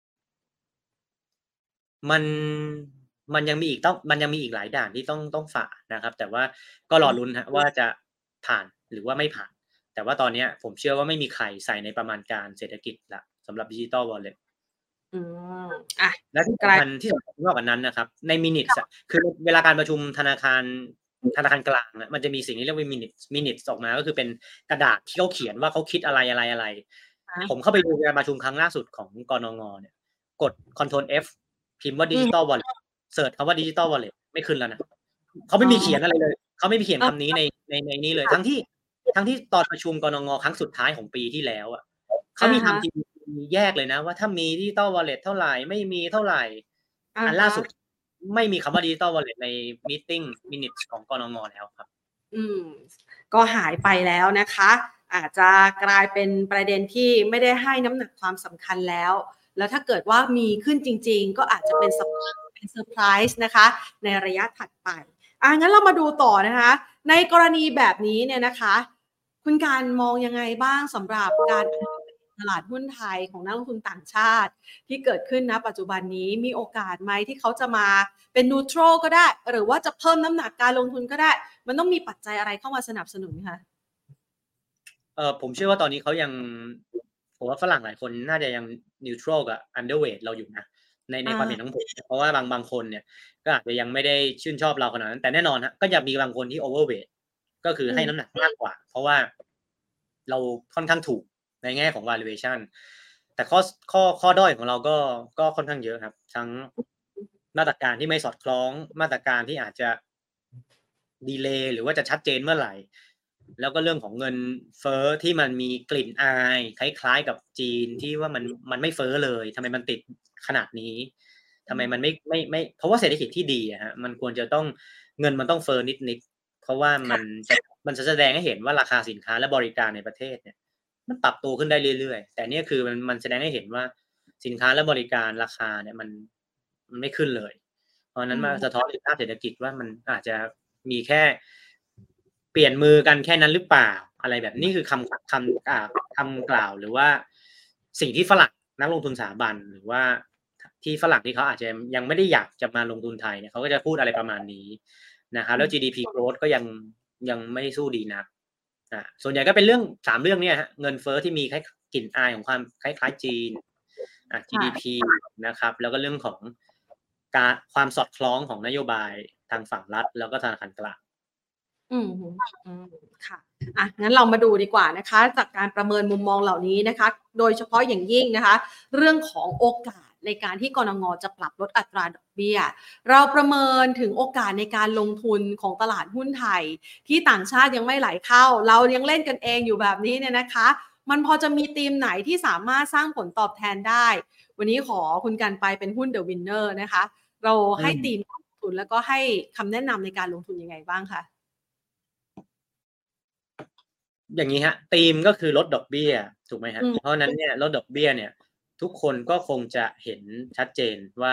B: มันมันยังมีอีกต้องมันยังมีอีกหลายด่านที่ต้องต้องฝ่านะครับแต่ว่าก็รอลุ้นฮะว่าจะผ่านหรือว่าไม่ผ่านแต่ว่าตอนนี้ผมเชื่อว่าไม่มีใครใส่ในประมาณการเศรษฐกิจละสำหรับ Digital Wallet
A: อืมอ่ะ
B: และที่สำคัญที่สำคัญมากกว่านั้นนะครับใน minutes อ่ะคือเวลาการประชุมธนาคารธนาคารกลางอ่ะมันจะมีสิ่งที่เรียกว่า minutes minutes ออกมาก็คือเป็นกระดาษที่เขาเขียนว่าเขาคิดอะไรอะไรอะไรผมเข้าไปดูการประชุมครั้งล่าสุดของกนง.เนี่ยกด control F พิมพ์ว่า Digital Wallet เสิร์ชคำว่า Digital Wallet ไม่ขึ้นแล้วนะเขาไม่มีเขียนอะไรเลยเขาไม่มีเขียนคำนี้ในในในนี้เลยทั้งที่ทั้งที่ตอนประชุมกนง.ครั้งสุดท้ายของปีที่แล้วอ่ะเขามีทำ จี ดี พี แยกเลยนะว่าถ้ามี Digital Wallet เท่าไหร่ไม่มีเท่าไหร่อันล่าสุดไม่มีคำว่า Digital Wallet ใน meeting minutes ของกนง.แล้วครับ
A: อืมก็หายไปแล้วนะคะอาจจะกลายเป็นประเด็นที่ไม่ได้ให้น้ำหนักความสำคัญแล้วแล้วถ้าเกิดว่ามีขึ้นจริงๆก็อาจจะเป็นเป็นเซอร์ไพรส์นะคะในระยะถัดไปอ่ะงั้นเรามาดูต่อนะคะในกรณีแบบนี้เนี่ยนะคะคุณการมองยังไงบ้างสำหรับการตลาดหุ้นไทยของนักลงทุนต่างชาติที่เกิดขึ้นณปัจจุบันนี้มีโอกาสไหมที่เขาจะมาเป็นนูโตรก็ได้หรือว่าจะเพิ่มน้ำหนักการลงทุนก็ได้มันต้องมีปัจจัยอะไรเข้ามาสนับสนุนคะ
B: เออผมเชื่อว่าตอนนี้เขายังผมว่าฝรั่งหลายคนน่าจะยังนิวทรัลกับอันเดอร์เวทเราอยู่นะในในความเห็นของผมเพราะว่าบางบางคนเนี่ยก็อาจจะยังไม่ได้ชื่นชอบเราขนาดนั้นแต่แน่นอนฮะก็จะมีบางคนที่โอเวอร์เวทก็คือให้น้ำหนักมากกว่าเพราะว่าเราค่อนข้างถูกในแง่ของ valuation แต่ข้อข้อข้อด้อยของเราก็ก็ค่อนข้างเยอะครับทั้งมาตรการที่ไม่สอดคล้องมาตรการที่อาจจะดีเลย์หรือว่าจะชัดเจนเมื่อไหร่แล้วก็เรื่องของเงินเฟ้อที่มันมีกลิ่นอายคล้ายๆกับจีนที่ว่ามันมันไม่เฟ้อเลยทำไมมันติดขนาดนี้ทำไมมันไม่ไม่ไม่เพราะว่าเศรษฐกิจที่ดีอะฮะมันควรจะต้องเงินมันต้องเฟ้อนิดๆเพราะว่ามันจะมันจะแสดงให้เห็นว่าราคาสินค้าและบริการในประเทศเนี่ยมันปรับตัวขึ้นได้เรื่อยๆแต่เนี่ยคือมันมันแสดงให้เห็นว่าสินค้าและบริการราคาเนี่ยมันมันไม่ขึ้นเลยเพราะนั้นมาสะท้อนภาพเศรษฐกิจว่ามันอาจจะมีแค่เปลี่ยนมือกันแค่นั้นหรือเปล่าอะไรแบบนี้คือคำคำอ่าคำกล่าวหรือว่าสิ่งที่ฝรั่งนักลงทุนสถาบันหรือว่าที่ฝรั่งที่เขาอาจจะยังไม่ได้อยากจะมาลงทุนไทยเนี่ยเขาก็จะพูดอะไรประมาณนี้นะครับแล้ว จี ดี พี growth ก็ยังยังไม่สู้ดีนักอ่าส่วนใหญ่ก็เป็นเรื่องสามเรื่องเนี่ยฮะเงินเฟ้อที่มีคล้ายกลิ่นอายของความคล้ายๆจีนอ่า จี ดี พี นะครับแล้วก็เรื่องของการความสอดคล้องของนโยบายทางฝั่งรัฐแล้วก็ธนาคารกลาง
A: อืมอืมค่ะอ่ะงั้นเรามาดูดีกว่านะคะจากการประเมินมุมมองเหล่านี้นะคะโดยเฉพาะอย่างยิ่งนะคะเรื่องของโอกาสในการที่กนง.จะปรับลดอัตราดอกเบี้ยเราประเมินถึงโอกาสในการลงทุนของตลาดหุ้นไทยที่ต่างชาติยังไม่ไหลเข้าเรายังเล่นกันเองอยู่แบบนี้เนี่ยนะคะมันพอจะมีธีมไหนที่สามารถสร้างผลตอบแทนได้วันนี้ขอคุณกันไปเป็นหุ้น The Winner นะคะเราให้ธีมทุนแล้วก็ให้คำแนะนำในการลงทุนยังไงบ้างคะ
B: อย่างนี้ฮะธีมก็คือลดดอกเบี้ยถูกไหมฮะ
A: อืม
B: เพราะฉะนั้นเนี่ยลดดอกเบี้ยเนี่ยทุกคนก็คงจะเห็นชัดเจนว่า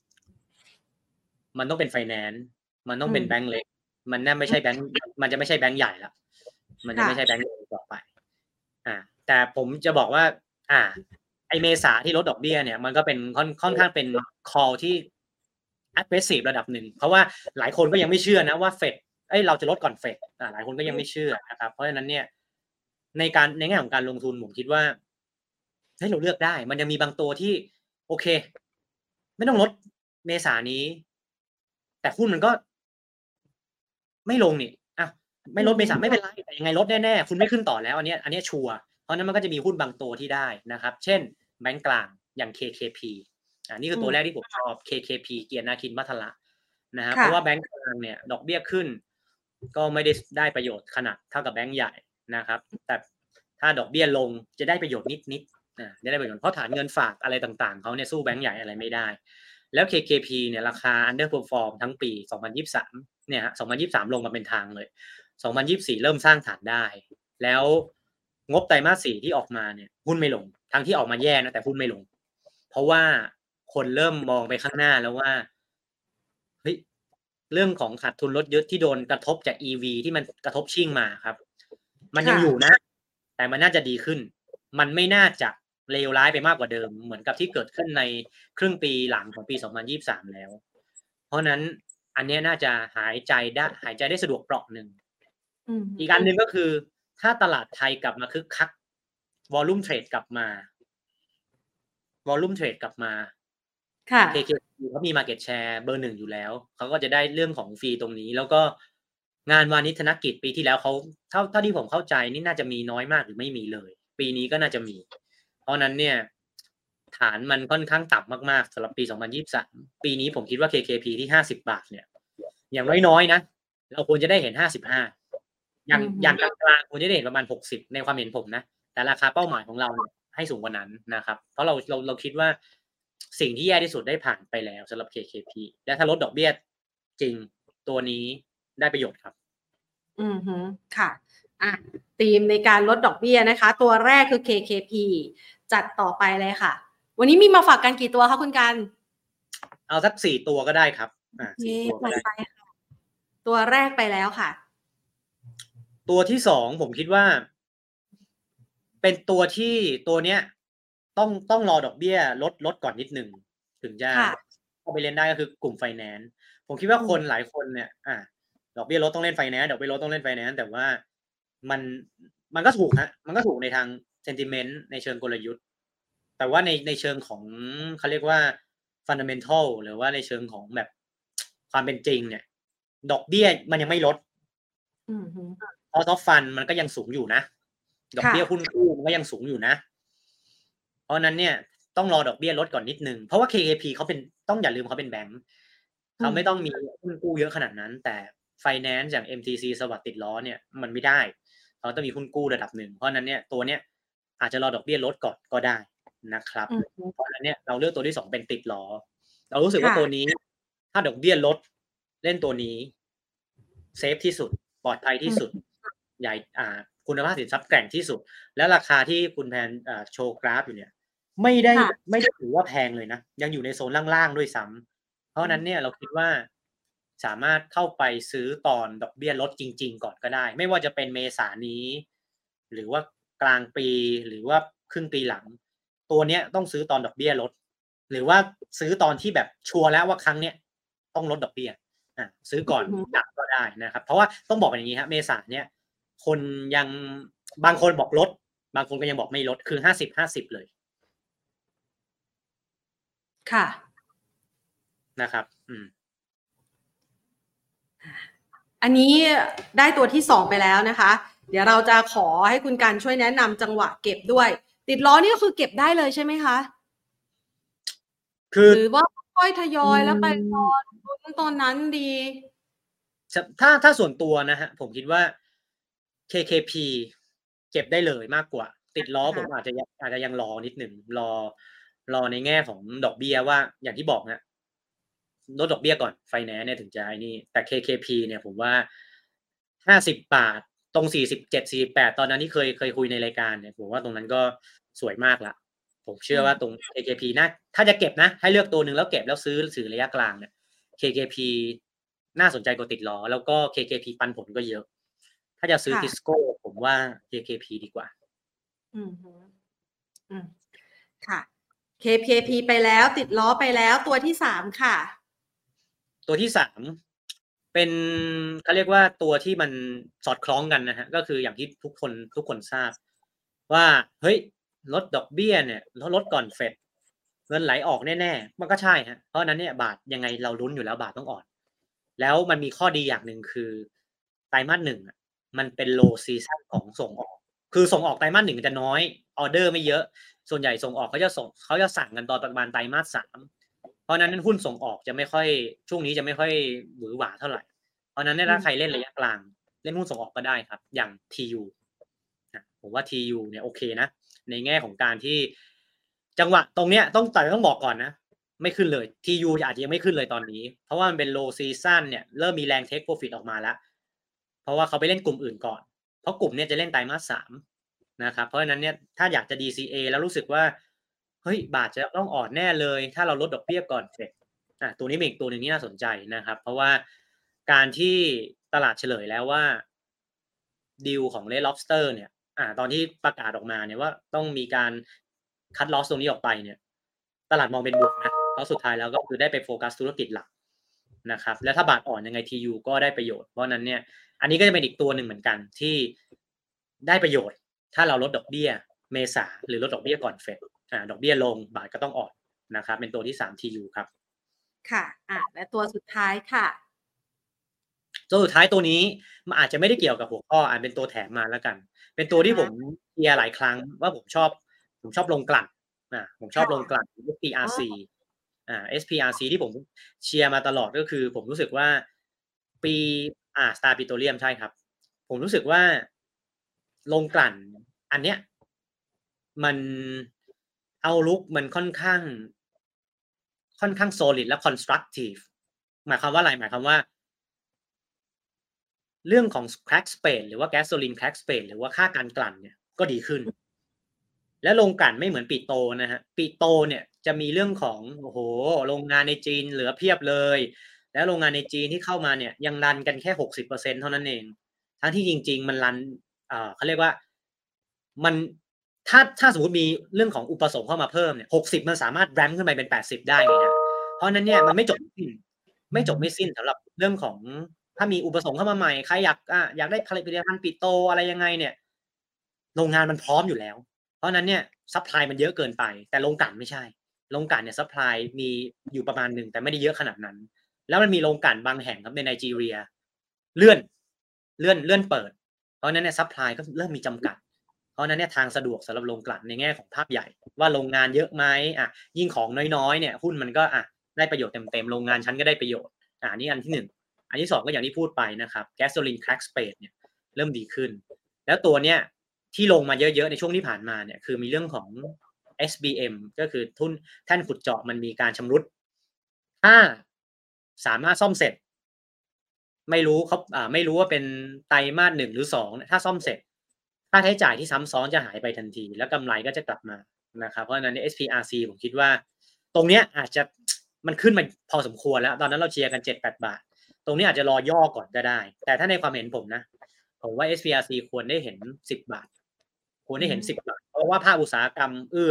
B: มันต้องเป็นไฟแนนซ์มันต้องเป็นแบงก์เล็กมันน่าไม่ใช่แบงก์มันจะไม่ใช่แบงก์ใหญ่ละมันจะไม่ใช่แบงก์ใหญ่ต่อไปอ่าแต่ผมจะบอกว่าอ่าไอเมษาที่ลดดอกเบี้ยเนี่ยมันก็เป็นค่อนค่อนข้างเป็น call ที่ aggressive ระดับหนึ่งเพราะว่าหลายคนก็ยังไม่เชื่อนะว่าเฟดเอ้ยเราจะลดก่อนเฟดอ่าหลายคนก็ยังไม่เชื่อนะครับเพราะฉะนั้นเนี่ยในการในแง่ของการลงทุนผมคิดว่าให้เราเลือกได้มันยังมีบางตัวที่โอเคไม่ต้องลดเมษานี้แต่หุ้นมันก็ไม่ลงนี่อ่ะไม่ลดเมษาไม่เป็นไรแต่ยังไงลดแน่ๆคุณไม่ขึ้นต่อแล้วอันนี้อันนี้ชัวร์เพราะนั้นมันก็จะมีหุ้นบางตัวที่ได้นะครับเช่นแบงก์กลางอย่าง เค เค พี อ่านี่คือตัวแรกที่ผมชอบ เค เค พี เกียรตินาคินมัทละนะฮะเพราะว่าแบงก์กลางเนี่ยดอกเบี้ยขึ้นก็ไม่ได้ได้ประโยชน์ขนาดเท่ากับแบงก์ใหญ่นะครับแต่ถ้าดอกเบี้ยลงจะได้ประโยชน์นิดๆนะจะได้ประโยชน์เพราะฐานเงินฝากอะไรต่างๆเขาเนี่ยสู้แบงก์ใหญ่อะไรไม่ได้แล้ว เค เค พี เนี่ยราคา underperform ทั้งปีสองพันยี่สิบสามเนี่ยฮะสองพันยี่สิบสามลงมาเป็นทางเลยสองพันยี่สิบสี่เริ่มสร้างฐานได้แล้วงบไตรมาสสี่ที่ออกมาเนี่ยหุ้นไม่ลงทั้งที่ออกมาแย่นะแต่หุ้นไม่ลงเพราะว่าคนเริ่มมองไปข้างหน้าแล้วว่าเฮ้ยเรื่องของขาดทุนลดเยอะที่โดนกระทบจาก อี วี ที่มันกระทบชิ่งมาครับมันยังอยู่นะแต่มันน่าจะดีขึ้นมันไม่น่าจะเลวร้ายไปมากกว่าเดิมเหมือนกับที่เกิดขึ้นในครึ่งปีหลังของปีสองพันยี่สิบสามแล้วเพราะนั้นอันนี้น่าจะหายใจได้หายใจได้สะดวกเปราะหนึ่งอีกอันหนึ่งก็คือถ้าตลาดไทยกลับมาคึกคักวอลลุ่มเทรดกลับมาวอลลุ่มเทรดกลับมาค่ะ เค เค พี เขามี market share เบอร์หนึ่งอยู่แล้วเขาก็จะได้เรื่องของฟรีตรงนี้แล้วก็งานวานิชธนกิจปีที่แล้วเขาเท่าเท่าที่ผมเข้าใจนี่น่าจะมีน้อยมากหรือไม่มีเลยปีนี้ก็น่าจะมีเพราะนั้นเนี่ยฐานมันค่อนข้างต่ำมากๆสำหรับปีสองพันยี่สิบสามปีนี้ผมคิดว่า เค เค พี ที่ห้าสิบบาทเนี่ยอย่างน้อยๆนะเราควรจะได้เห็นห้าสิบห้าอย่างอย่างกลางๆควรจะได้เห็นประมาณหกสิบในความเห็นผมนะแต่ราคาเป้าหมายของเราเนี่ยให้สูงกว่านั้นนะครับเพราะเราเราเราคิดว่าสิ่งที่แย่ที่สุดได้ผ่านไปแล้วสำหรับ เค เค พี และถ้าลดดอกเบี้ยจริงตัวนี้ได้ประโยชน์ครับ
A: อือฮึค่ะอ่ะธีมในการลดดอกเบี้ยนะคะตัวแรกคือ เค เค พี จัดต่อไปเลยค่ะวันนี้มีมาฝากกันกี่ตัวคะคุณกัน
B: เอาสักสี่ตัวก็ได้ครับอ่าสี่ตัวก็ได้ค่ะ
A: ตัวแรกไปแล้วค่ะ
B: ตัวที่สองผมคิดว่าเป็นตัวที่ตัวเนี้ยต้องต้องรอดอกเบี้ยลดลดก่อนนิดหนึ่งถึงจะเข้าไปเล่นได้ก็คือกลุ่มไฟแนนซ์ผมคิดว่าคนหลายคนเนี่ยอ่าดอกเบี้ยลดต้องเล่นไฟแนนซ์ดอกเบี้ยลดต้องเล่นไฟแนนซ์แต่ว่ามันมันก็ถูกฮะมันก็ถูกในทาง sentiment ในเชิงกลยุทธ์แต่ว่าในในเชิงของเขาเรียกว่า fundamental หรือว่าในเชิงของแบบความเป็นจริงเนี่ยดอกเบี้ยมันยังไม่ลดเพราะท็อปฟันมันก็ยังสูงอยู่นะดอกเบี้ยหุ้นกู้มันก็ยังสูงอยู่นะเพราะนั้นเนี่ยต้องรอดอกเบี้ยลดก่อนนิดนึงเพราะว่า เค เค พี เขาเป็นต้องอย่าลืมเขาเป็นแบงค์เขาไม่ต้องมีหุ้นกู้เยอะขนาดนั้นแต่ finance อย่าง เอ็ม ที ซี สวัสดิ์ติดล้อเนี่ยมันไม่ได้เขาต้องมีหุ้นกู้ระดับหนึ่งเพราะนั้นเนี่ยตัวเนี้ยอาจจะรอดอกเบี้ยลดก่อนก็ได้นะครับเพราะนั้นเนี่ยเราเลือกตัวที่สองเป็นติดล้อเรารู้สึกว่าตัวนี้ถ้าดอกเบี้ยลดเล่นตัวนี้เซฟที่สุดปลอดภัยที่สุดใหญ่อ่าคุณภาพสินทรัพย์แกร่งที่สุดและราคาที่คุณแพนอ่าโชว์กราฟอยู่เนี่ยไม่ได้ไม่ได้ถือว่าแพงเลยนะยังอยู่ในโซนล่างๆด้วยซ้ำเพราะนั้นเนี่ยเราคิดว่าสามารถเข้าไปซื้อตอนดอกเบี้ยลดจริงๆก่อนก็ได้ไม่ว่าจะเป็นเมษานี้หรือว่ากลางปีหรือว่าครึ่งปีหลังตัวเนี้ยต้องซื้อตอนดอกเบี้ยลดหรือว่าซื้อตอนที่แบบชัวร์แล้วว่าครั้งเนี้ยต้องลดดอกเบี้ยอ่ะซื้อก่อนดักก็ได้นะครับเพราะว่าต้องบอกอย่างนี้ครับเมษาเนี่ยคนยังบางคนบอกลดบางคนก็ยังบอกไม่ลดคือห้าสิบห้าสิบเลย
A: ค่ะ
B: นะครับอืม
A: อันนี้ได้ตัวที่สองไปแล้วนะคะเดี๋ยวเราจะขอให้คุณกันช่วยแนะนำจังหวะเก็บด้วยติดล้อนี่ก็คือเก็บได้เลยใช่ไหมคะคือหรือว่าค่อยทยอยแล้วไปตอนตอนนั้นดี
B: ถ้าถ้าส่วนตัวนะฮะผมคิดว่า เค เค พี เก็บได้เลยมากกว่าติดล้อผมอาจจะอาจจะยังรอนิดหนึ่งรอรอในแง่ของดอกเบี้ยว่าอย่างที่บอกนะลดดอกเบี้ยก่อนไฟแนนซ์เนี่ยถึงจะไอ้นี่แต่ เค เค พี เนี่ยผมว่าห้าสิบบาทตรงสี่สิบเจ็ด สี่สิบแปดตอนนั้นที่เคยเคยคุยในรายการเนี่ยผมว่าตรงนั้นก็สวยมากละผมเชื่อว่าตรง เค เค พี น่าถ้าจะเก็บนะให้เลือกตัวหนึ่งแล้วเก็บแล้วซื้อถือระยะกลางเนี่ย เค เค พี น่าสนใจกว่าติดล้อแล้วก็ เค เค พี ปันผลก็เยอะถ้าจะซื้อ Tisco ผมว่า เค เค พี ดีกว่า
A: อืมอืมค่ะ เค เค พี ไปแล้วติดล้อไปแล้วตัวที่สามค่ะ
B: ตัวที่สามเป็นเขาเรียกว่าตัวที่มันสอดคล้องกันนะฮะก็คืออย่างที่ทุกคนทุกคนทราบว่าเฮ้ยลดดอกเบี้ยเนี่ยลดก่อนเฟดเงินไหลออกแน่ๆมันก็ใช่ฮะเพราะนั้นเนี่ยบาทยังไงเราลุ้นอยู่แล้วบาทต้องอ่อนแล้วมันมีข้อดีอย่างหนึ่งคือไตรมาสหนึ่งมันเป็น low season ของส่งออกคือส่งออกไตรมาสหนึ่งจะน้อยออเดอร์ไม่เยอะส่วนใหญ่ส่งออกเขาจะส่งเขาจะสั่งกันตอนประมาณไตรมาสสามเพราะนั้นหุ้นส่งออกจะไม่ค่อยช่วงนี้จะไม่ค่อยหวือหวาเท่าไหร่เพราะนั้นถ้าใครเล่นระยะกลางเล่นหุ้นส่งออกก็ได้ครับอย่าง ที ยู ผมว่า ที ยู เนี่ยโอเคนะในแง่ของการที่จังหวะตรงเนี้ยต้องแต่ต้องบอกก่อนนะไม่ขึ้นเลย ที ยู อาจจะยังไม่ขึ้นเลยตอนนี้เพราะว่ามันเป็น low season เนี่ยเริ่มมีแรง take profit ออกมาแล้วเพราะว่าเขาไปเล่นกลุ่มอื่นก่อนเพราะกลุ่มเนี้ยจะเล่นไตรมาสสามนะครับเพราะฉะนั้นเนี่ยถ้าอยากจะ ดี ซี เอ แล้วรู้สึกว่าเฮ้ยบาทจะต้องอ่อนแน่เลยถ้าเราลดดอกเบี้ยก่อนเฟดอ่ะตัวนี้เป็นอีกตัวหนึ่งที่น่าสนใจนะครับเพราะว่าการที่ตลาดเฉลยแล้วว่าดีลของ Red Lobster เนี่ยอ่าตอนที่ประกาศออกมาเนี่ยว่าต้องมีการคัดลอสตรงนี้ออกไปเนี่ยตลาดมองเป็นบวกนะเพราะสุดท้ายแล้วก็คือได้ไปโฟกัสธุรกิจหลักนะครับแล้วถ้าบาทอ่อนยังไง ที ยู ก็ได้ประโยชน์เพราะนั้นเนี่ยอันนี้ก็จะเป็นอีกตัวหนึ่งเหมือนกันที่ได้ประโยชน์ถ้าเราลดดอกเบี้ยเมษาหรือลดดอกเบี้ยก่อนเฟดอ่าดอกเบี้ยลงบาทก็ต้องอ่อนนะครับเป็นตัวที่สาม ที ยู ครับ
A: ค่ะอ่ะและตัวสุดท้ายค่ะ
B: ตัวสุดท้ายตัวนี้มันอาจจะไม่ได้เกี่ยวกับหัวข้ออาจเป็นตัวแถมมาแล้วกันเป็นตัวที่ผมเชียร์หลายครั้งว่าผมชอบผมชอบลงกลั่นอ่าผมชอบลงกลั่น เอส พี อาร์ ซี อ่า เอส พี อาร์ ซี ที่ผมเชียร์มาตลอดก็คือผมรู้สึกว่าปีอ่า Star Petroleum ใช่ครับผมรู้สึกว่าลงกลั่นอันเนี้ยมันเอาลุกมันค่อนข้างค่อนข้าง solid และ constructive หมายความว่าอะไรหมายความว่าเรื่องของ crack spread หรือว่า gasoline crack spread หรือว่าค่าการกลั่นเนี่ยก็ดีขึ้นและโรงกลั่นไม่เหมือนปิโตรนะฮะปิโตรเนี่ยจะมีเรื่องของโอ้โหโรงงานในจีนเหลือเพียบเลยแล้วโรงงานในจีนที่เข้ามาเนี่ยยังรันกันแค่ หกสิบเปอร์เซ็นต์ เท่านั้นเองทั้งที่จริงๆมันรันเอ่อเขาเรียกว่ามันถ้าถ้าสมมุติมีเรื่องของอุปสงค์เข้ามาเพิ่มเนี่ยหกสิบมันสามารถ ramp ขึ้นไปเป็นแปดสิบได้ไงฮะเพราะนั้นเนี่ยมันไม่จบไม่สิ้นไม่จบไม่สิ้นสำหรับเรื่องของถ้ามีอุปสงค์เข้ามาใหม่ใครอยากอ่ะอยากได้ผลิตภัณฑ์ปิโตรอะไรยังไงเนี่ยโรงงานมันพร้อมอยู่แล้วเพราะนั้นเนี่ยซัพพลายมันเยอะเกินไปแต่โรงกลั่นไม่ใช่โรงกลั่นเนี่ยซัพพลายมีอยู่ประมาณหนึ่งแต่ไม่ได้เยอะขนาดนั้นแล้วมันมีโรงกลั่นบางแห่งครับในไนจีเรียเลื่อนเลื่อนเลื่อนเปิดเพราะนั้นเนี่ยซัพพลายก็เริ่มมีจำกัดเพราะนั้นเนี่ยทางสะดวกสำหรับโรงกลั่นในแง่ของภาพใหญ่ว่าโรงงานเยอะไหมอ่ะยิ่งของน้อยๆเนี่ยหุ้นมันก็อ่ะได้ประโยชน์เต็มๆโรงงานชั้นก็ได้ประโยชน์อ่านี่อันที่หนึ่งอันที่สองก็อย่างที่พูดไปนะครับ gasoline crack spread เนี่ยเริ่มดีขึ้นแล้วตัวเนี้ยที่ลงมาเยอะๆในช่วงที่ผ่านมาเนี่ยคือมีเรื่องของ เอส บี เอ็ม ก็คือทุนแท่นขุดเจาะมันมีการชำรุดถ้าสามารถซ่อมเสร็จไม่รู้เขาอ่าไม่รู้ว่าเป็นไตรมาสหนึ่งหรือสองถ้าซ่อมเสร็จค่าใช้จ่ายที่ซ้ำซ้อนจะหายไปทันทีแล้วกำไรก็จะกลับมานะครับเพราะฉะนั้น เอส พี อาร์ ซี ผมคิดว่าตรงเนี้ยอาจจะมันขึ้นมาพอสมควรแล้วตอนนั้นเราเชียร์กัน เจ็ดแปด บาทตรงนี้อาจจะรอย่อก่อนก็ได้แต่ถ้าในความเห็นผมนะผมว่า เอส พี อาร์ ซี ควรได้เห็นสิบบาทควรได้เห็นสิบบาทเพราะว่าภาคอุตสาหกรรมเอื้อ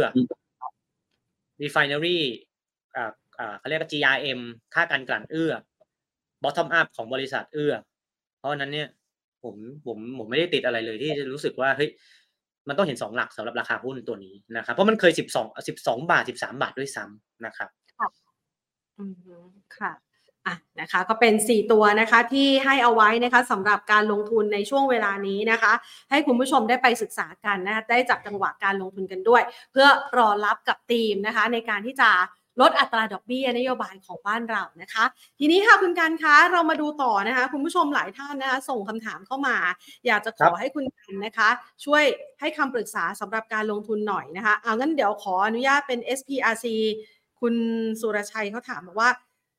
B: refinery อ่าอ่าเขาเรียกว่า จี อาร์ เอ็ม ค่าการกลั่นเอื้อ bottom up ของบริษัทเอื้อเพราะนั้นเนี่ยผมผมผมไม่ได้ติดอะไรเลยที่จะรู้สึกว่าเฮ้ยมันต้องเห็นสองหลักสำหรับราคาหุ้นตัวนี้นะครับเพราะมันเคยสิบสอง สิบสองบาทสิบสามบาทด้วยซ้ำนะครับ
A: ค่ะอือฮึค่ะอ่ะนะคะก็เป็นสี่ตัวนะคะที่ให้เอาไว้นะคะสำหรับการลงทุนในช่วงเวลานี้นะคะให้คุณผู้ชมได้ไปศึกษากันนะคะได้จับจังหวะการลงทุนกันด้วยเพื่อรอรับกับธีมนะคะในการที่จะลดอัตราดอกเบี้ยนโยบายของบ้านเรานะคะทีนี้ค่ะคุณกันคะเรามาดูต่อนะคะคุณผู้ชมหลายท่านนะคะส่งคำถามเข้ามาอยากจะขอให้คุณกันนะคะช่วยให้คำปรึกษาสำหรับการลงทุนหน่อยนะคะเอางั้นเดี๋ยวขออนุญาตเป็น เอส พี อาร์ ซี คุณสุรชัยเขาถามมาว่า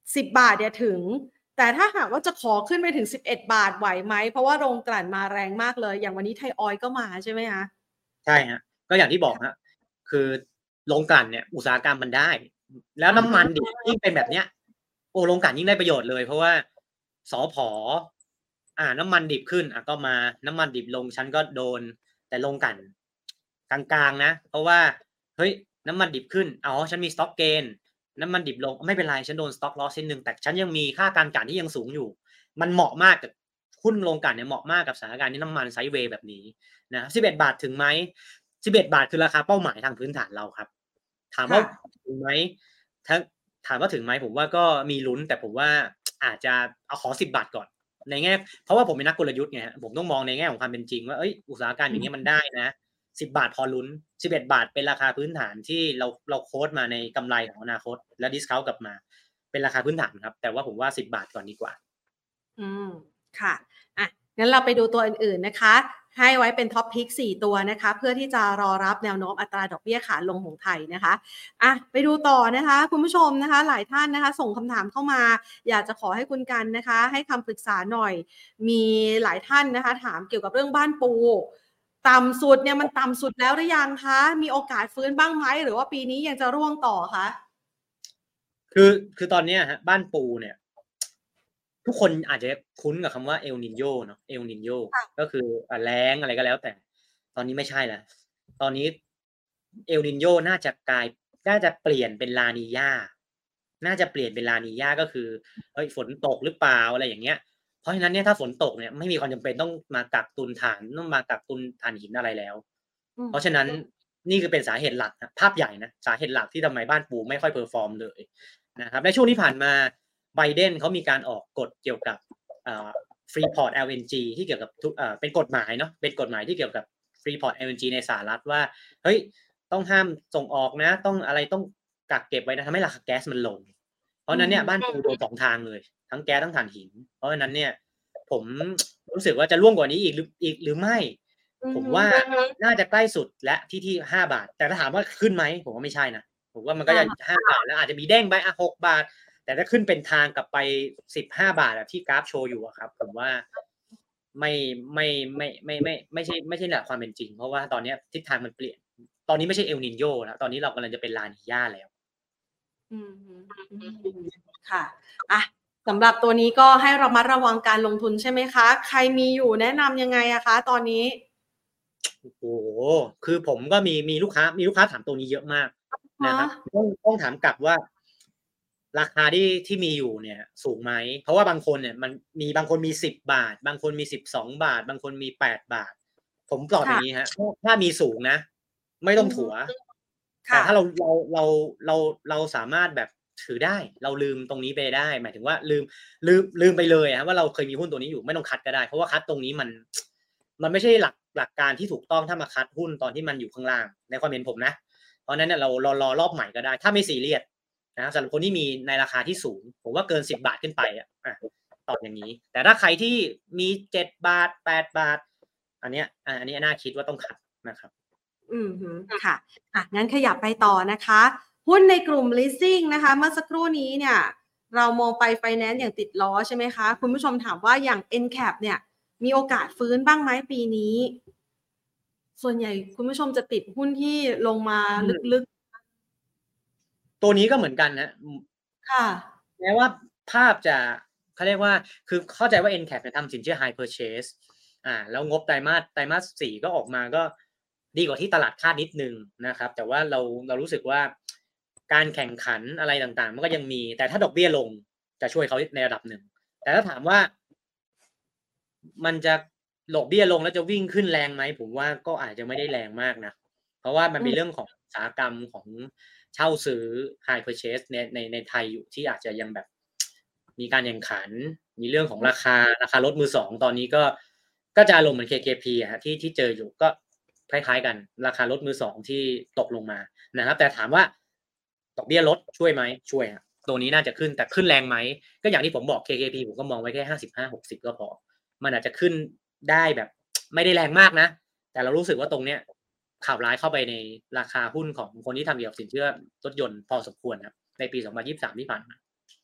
A: สิบบาทเนี่ยถึงแต่ถ้าหากว่าจะขอขึ้นไปถึงสิบเอ็ดบาทไหวไหมเพราะว่าโรงกลั่นมาแรงมากเลยอย่างวันนี้ไทยออยล์ก็มาใช่ไหมคะ
B: ใช่ครับก็อย่างที่บอกครับคือโรงกลั่นเนี่ยอุตสาหกรรมมันได้แล้วน้ำมันดิบยิ่งเป็นแบบเนี้ยโอ้โรงกลั่นยิ่งได้ประโยชน์เลยเพราะว่าสผอ่าน้ำมันดิบขึ้นอ่ะก็มาน้ำมันดิบลงฉันก็โดนแต่โรงกลั่นกลางๆนะเพราะว่าเฮ้ยน้ำมันดิบขึ้นอ๋อฉันมีสต็อกเกนน้ำมันดิบลงไม่เป็นไรฉันโดนสต็อกลอสเส้นหนึ่งแต่ฉันยังมีค่าการกลั่นที่ยังสูงอยู่มันเหมาะมากกับหุ้นโรงกลั่นเนี่ยเหมาะมากกับสถานการณ์ที่น้ำมันไซด์เวย์แบบนี้นะสิบเอ็ดบาทถึงไหมสิบเอ็ดบาทคือราคาเป้าหมายทางพื้นฐานเราครับถามว่าถึงไหมถ้าถามว่าถึงไหมผมว่าก็มีลุ้นแต่ผมว่าอาจจะเอาขอสิบบาทก่อนในแง่เพราะว่าผมเป็นนักกลยุทธ์ไงผมต้องมองในแง่ของความเป็นจริงว่าเอ้ยอุตสาหการอย่างเงี้ยมันได้นะสิบบาทพอลุ้นสิบเอ็ดบาทเป็นราคาพื้นฐานที่เราเราโค้ดมาในกำไรของอนาคตแล้วดิสเคาท์กลับมาเป็นราคาพื้นฐานครับแต่ว่าผมว่าสิบบาทก่อนดีกว่า
A: อืมค่ะอ่ะงั้นเราไปดูตัวอื่นๆนะคะให้ไว้เป็นท็อปพิกสี่ตัวนะคะเพื่อที่จะรอรับแนวโน้มอัตราดอกเบี้ยขาลงของไทยนะคะอ่ะไปดูต่อนะคะคุณผู้ชมนะคะหลายท่านนะคะส่งคำถามเข้ามาอยากจะขอให้คุณกันนะคะให้คำปรึกษาหน่อยมีหลายท่านนะคะถามเกี่ยวกับเรื่องบ้านปูต่ำสุดเนี่ยมันต่ำสุดแล้วหรือยังคะมีโอกาสฟื้นบ้างไหมหรือว่าปีนี้ยังจะร่วงต่อคะ
B: คือคือตอนนี้ฮะบ้านปูเนี่ยทุกคนอาจจะคุ้นกับคำว่าเอลนินโยเนาะเอลนินโยก็คือแล้งอะไรก็แล้วแต่ตอนนี้ไม่ใช่แล้วตอนนี้เอลนินโยน่าจะกลายน่าจะเปลี่ยนเป็นลานีญาน่าจะเปลี่ยนเป็นลานีญาก็คือเฮ้ยฝนตกหรือเปล่าอะไรอย่างเงี้ยเพราะฉะนั้นเนี่ยถ้าฝนตกเนี่ยไม่มีความจำเป็นต้องมากักตุนถ่านต้องมากักตุนถ่านหินอะไรแล้วเพราะฉะนั้นนี่คือเป็นสาเหตุหลักภาพใหญ่นะสาเหตุหลักที่ทำไมบ้านปูไม่ค่อยเพอร์ฟอร์มเลยนะครับในช่วงที่ผ่านมาไบเดนเขามีการออกกฎเกี่ยวกับฟรีพอร์ต แอล เอ็น จี ที่เกี่ยวกับทุกเป็นกฎหมายเนาะเป็นกฎหมายที่เกี่ยวกับฟรีพอร์ต แอล เอ็น จี ในสหรัฐว่าเฮ้ยต้องห้ามส่งออกนะต้องอะไรต้องกักเก็บไว้นะทำให้ราคาแก๊สมันลงเพราะนั้นเนี่ยบ้านปูโดนสองทางเลยทั้งแก๊สทั้งถ่านหินเพราะฉะนั้นเนี่ยผมรู้สึกว่าจะร่วงกว่านี้อีกหรืออีกหรือไม่ผมว่าน่าจะใกล้สุดและที่ที่ห้าบาทแต่ถ้าถามว่าขึ้นไหมผมว่าไม่ใช่นะผมว่ามันก็จะห้าบาทแล้วอาจจะมีเด้งไปอ่ะหกบาทแต่ถ้าขึ้นเป็นทางกลับไปสิบห้าบาทแบบที่กราฟโชว์อยู่อะครับผมว่าไม่ไม่ไม่ไม่ไม่ไม่ใช่ไม่ใช่หลักความเป็นจริงเพราะว่าตอนนี้ทิศทางมันเปลี่ยนตอนนี้ไม่ใช่เอลนินโยแล้วตอนนี้เรากำลังจะเป็นลานีญาแล้ว
A: อืมค่ะอ่ะสำหรับตัวนี้ก็ให้ระมัดระวังการลงทุนใช่ไหมคะใครมีอยู่แนะนำยังไงอะคะตอนนี้
B: โอ้โหคือผมก็มีมีลูกค้ามีลูกค้าถามตัวนี้เยอะมากนะครับต้องต้องถามกลับว่าราคาที่ที่มีอยู่เนี่ยสูงไหมเพราะว่าบางคนเนี่ยมันมีบางคนมีสิบบาทบางคนมีสิบสองบาทบางคนมีแปดบาทผมตอบอย่างนี้ฮะถ้ามีสูงนะไม่ต้องถัวแต่ถ้าเราเราเราเราเราสามารถแบบถือได้เราลืมตรงนี้ไปได้หมายถึงว่าลืมลืมลืมไปเลยฮะว่าเราเคยมีหุ้นตัวนี้อยู่ไม่ต้องคัดก็ได้เพราะว่าคัดตรงนี้มันมันไม่ใช่หลักหลักการที่ถูกต้องถ้ามาคัดหุ้นตอนที่มันอยู่ข้างล่างในความเห็นผมนะเพราะนั้นเนี่ยเรารอรอรอบใหม่ก็ได้ถ้าไม่ซีเรียสนะสำหรับคนที่มีในราคาที่สูงผมว่าเกินสิบบาทขึ้นไปอ่ะตอบอย่างนี้แต่ถ้าใครที่มีเจ็ดบาทแปดบาทอันเนี้ยอันนี้น่าคิดว่าต้องคัดนะครับ
A: อืมค่ะอ่ะงั้นขยับไปต่อนะคะหุ้นในกลุ่ม leasing นะคะเมื่อสักครู่นี้เนี่ยเรามองไป finance อย่างติดล้อใช่ไหมคะคุณผู้ชมถามว่าอย่าง เอ็น แคป เนี่ยมีโอกาสฟื้นบ้างไหมปีนี้ส่วนใหญ่คุณผู้ชมจะติดหุ้นที่ลงมาลึก
B: ๆตัวนี้ก็เหมือนกันนะ
A: ค่ะ
B: แม้ว่าภาพจะเขาเรียกว่าคือเข้าใจว่า เอ็น แคป เนี่ยทำสินเชื่อ High Purchase อ่าแล้วงบไตรมาสไตรมาสสี่ก็ออกมาก็ดีกว่าที่ตลาดคาดนิดนึงนะครับแต่ว่าเราเรารู้สึกว่าการแข่งขันอะไรต่างๆมันก็ยังมีแต่ถ้าดอกเบี้ยลงจะช่วยเขาในระดับหนึ่งแต่ถ้าถามว่ามันจะดอกเบี้ยลงแล้วจะวิ่งขึ้นแรงไหมผมว่าก็อาจจะไม่ได้แรงมากนะเพราะว่ามันมีเรื่องของอุตสาหกรรมของเช่าซื้อ High Purchase ในในในไทยอยู่ที่อาจจะยังแบบมีการแข่งขันมีเรื่องของราคาราคารถมือสองตอนนี้ก็ก็จะอารมณ์เหมือน เค เค พี อะที่ที่เจออยู่ก็คล้ายๆกันราคารถมือสองที่ตกลงมานะครับแต่ถามว่าดอกเบี้ยลดช่วยไหมช่วยครับตัวนี้น่าจะขึ้นแต่ขึ้นแรงไหมก็อย่างที่ผมบอก เค เค พี ผมก็มองไว้แค่ห้าสิบห้า หกสิบก็พอมันอาจจะขึ้นได้แบบไม่ได้แรงมากนะแต่เรารู้สึกว่าตรงเนี้ยข่าวร้ายเข้าไปในราคาหุ้นของคนที่ทำเกี่ยวกับสินเชื่อรถยนต์พอสมควรครับในปีสองพันยี่สิบสามที่ผ่านมา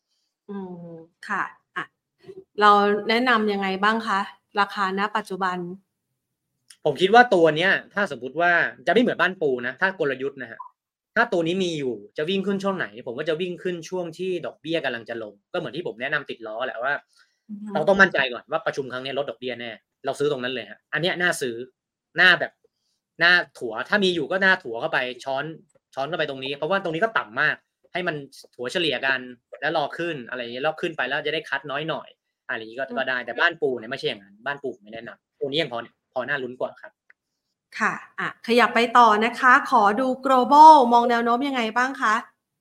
A: อืมค่ะอ่ะเราแนะนำยังไงบ้างคะราคาณปัจจุบัน
B: ผมคิดว่าตัวเนี้ยถ้าสมมุติว่าจะไม่เหมือนบ้านปูนะถ้ากลยุทธ์นะฮะถ้าตัวนี้มีอยู่จะวิ่งขึ้นช่วงไหนผมก็จะวิ่งขึ้นช่วงที่ดอกเบี้ยกำลังจะลงก็เหมือนที่ผมแนะนำติดล้อแหละว่า
A: อือฮึ
B: เราต้องมั่นใจก่อนว่าประชุมครั้งนี้ลดดอกเบี้ยแน่เราซื้อตรงนั้นเลยฮะอันเนี้ยน่าซื้อหน้าแบบหน้าถัวถ้ามีอยู่ก็หน้าถัวเข้าไปช้อนช้อนเข้าไปตรงนี้เพราะว่าตรงนี้ก็ต่ำมากให้มันถัวเฉลี่ยกันแล้วรอขึ้นอะไรอย่างเงี้ยรอบขึ้นไปแล้วจะได้คัดน้อยหน่อยอะไรอย่างนี้ก็
A: อืม
B: ก็ได้แต่บ้านปูเนี่ยไม่ใช่อย่างนั้นบ้านปูไม่แนะนำตัวนี้ยังพอพอน่าลุ้นกว่าครับ
A: ค่ะอ่ะขยับไปต่อนะคะขอดู global มองแนวโน้มยังไงบ้างคะ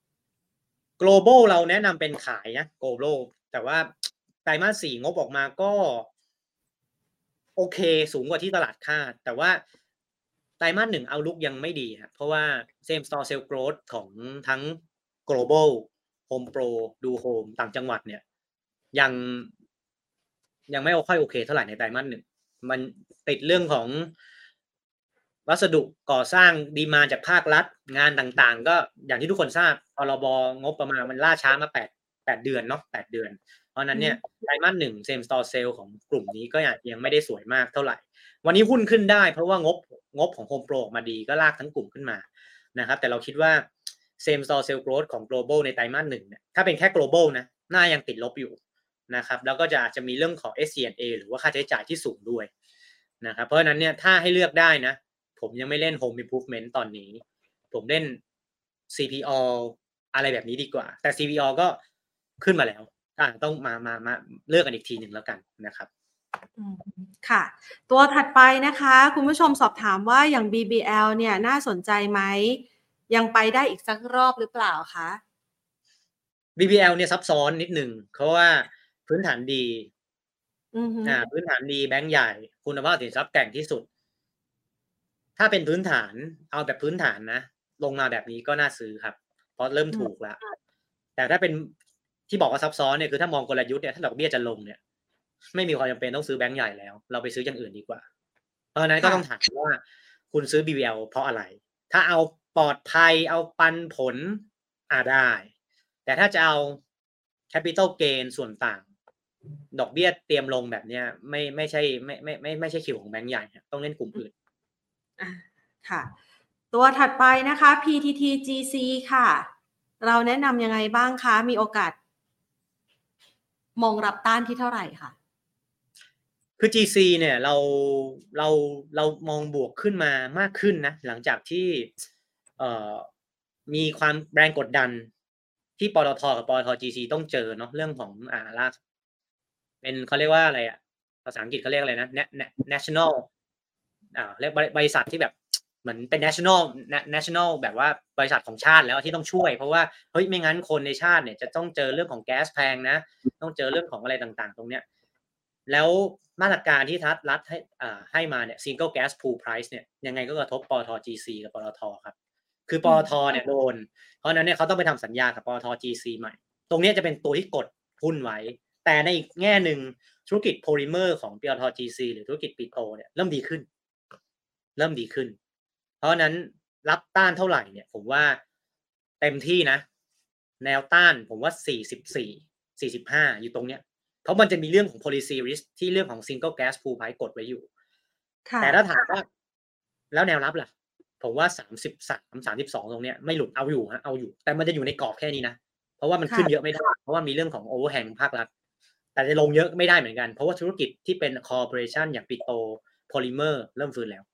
B: global เราแนะนำเป็นขายนะ global แต่ว่าไตรมาสสี่งบออกมาก็โอเคสูงกว่าที่ตลาดคาดแต่ว่าไตรมาสหนึ่ง outlook ยังไม่ดีครับเพราะว่า same store sales growth ของทั้ง global home pro ดูโฮมต่างจังหวัดเนี่ยยังยังไม่ค่อยโอเคเท่าไหร่ในไตรมาสหนึ่งมันติดเรื่องของวัสดุก่อสร้างดีมานด์จากภาครัฐงานต่างๆก็อย่างที่ทุกคนทราบพรบงบประมาณมันล่าช้ามาแปด แปดเดือนเนาะแปดเดือนเพราะนั้นเนี่ยไตรมาสหนึ่ง same store sale ของกลุ่มนี้ก็ยังไม่ได้สวยมากเท่าไหร่วันนี้หุ้นขึ้นได้เพราะว่างบงบของ Home Pro ออกมาดีก็ลากทั้งกลุ่มขึ้นมานะครับแต่เราคิดว่า same store sale growth ของ global ในไตรมาสหนึ่งเนี่ยถ้าเป็นแค่ global นะหน้ายังติดลบอยู่นะครับแล้วก็จะอาจจะมีเรื่องของ เอส ซี เอ็น เอ หรือว่าค่าใช้จ่ายที่สูงด้วยนะครับเพราะฉะนั้นเนี่ยถ้าให้เลือกได้นะผมยังไม่เล่น Home Improvement ตอนนี้ผมเล่น ซี พี โอ อะไรแบบนี้ดีกว่าแต่ ซี พี โอ ก็ขึ้นมาแล้วอ่าต้องมามามาเลือกกันอีกทีหนึ่งแล้วกันนะครับ
A: ค่ะตัวถัดไปนะคะคุณผู้ชมสอบถามว่าอย่าง บี บี แอล เนี่ยน่าสนใจไหมยังไปได้อีกสักรอบหรือเปล่าคะ
B: บี บี แอล เนี่ยซับซ้อนนิดหนึ่งเพราะว่าพื้นฐานดี
A: อือฮึ
B: อ่าพื้นฐานดีแบงก์ใหญ่คุณภาพสินทรัพย์แกร่งที่สุดถ้าเป็นพื้นฐานเอาแบบพื้นฐานนะลงมาแบบนี้ก็น่าซื้อครับเพราะเริ่มถูกแล้วแต่ถ้าเป็นที่บอกว่าซับซ้อนเนี่ยคือถ้ามองกลยุทธ์เนี่ยถ้าดอกเบี้ยจะลงเนี่ยไม่มีความจำเป็นต้องซื้อแบงก์ใหญ่แล้วเราไปซื้ออย่างอื่นดีกว่าเพราะฉะนั้นก็ต้องถามว่าคุณซื้อ บี บี แอล เพราะอะไรถ้าเอาปลอดภัยเอาปันผลอ่าได้แต่ถ้าจะเอา capital gain ส่วนต่างดอกเบี้ยเตรียมลงแบบเนี้ยไม่ไม่ใช่ไม่ไม่ไม่ไม่ใช่คิวของแบงก์ใหญ่ต้องเล่นกลุ่มอื่น
A: อ่ะค่ะตัวถัดไปนะคะ พี ที ที จี ซี ค่ะเราแนะนำยังไงบ้างคะมีโอกาสมองรับต้านที่เท่าไหร่คะ
B: คือ จี ซี เนี่ยเราเราเรามองบวกขึ้นมามากขึ้นนะหลังจากที่เอ่อมีความแรงกดดันที่ปตทกับปตท จี ซี ต้องเจอเนาะเรื่องของอ่าลากเป็นเขาเรียกว่าอะไรอะภาษาอังกฤษเขาเรียกอะไรนะ national อ่าเรียกบริษัทที่แบบเหมือนเป็น national national แบบว่าบริษัทของชาติแล้วที่ต้องช่วยเพราะว่าเฮ้ยไม่งั้นคนในชาติเนี่ยจะต้องเจอเรื่องของแก๊สแพงนะต้องเจอเรื่องของอะไรต่างๆตรงเนี้ยแล้วมาตรการที่ทัดรัฐให้อ่าให้มาเนี่ย single gas pool price เนี่ยยังไงก็กระทบปตท จี ซี กับปตทครับคือปตทเนี่ยโดนเพราะนั้นเนี่ยเขาต้องไปทำสัญญากับปตท จี ซี ใหม่ตรงนี้จะเป็นตัวที่กดหุ้นไว้แต่ในอีกแง่หนึ่งธุรกิจโพลิเมอร์ของปตท จี ซี หรือธุรกิจปิโตรเนี่ยเริ่มดีขึ้นเริ่มดีขึ้นเพราะนั้นรับต้านเท่าไหร่เนี่ยผมว่าเต็มที่นะแนวต้านผมว่าสี่สิบสี่ สี่สิบห้าอยู่ตรงเนี้ยเพราะมันจะมีเรื่องของ policy risk ที่เรื่องของ single gas pool price กดไว้อยู่แต่ถ้าถามว่าแล้วแนวรับล่ะผมว่าสามสิบสาม สามสิบสองตรงเนี้ยไม่หลุดเอาอยู่ฮะเอาอยู่แต่มันจะอยู่ในกรอบแค่นี้นะเพราะว่ามันขึ้นเยอะไม่ได้เพราะว่ามีเรื่องของ overhang ภาครัฐแต่จะลงเยอะไม่ได้เหมือนกันเพราะว่าธุรกิจที่เป็น corporation อย่างปิโตรโพลิเมอร์เริ่มฟื้นแล้ว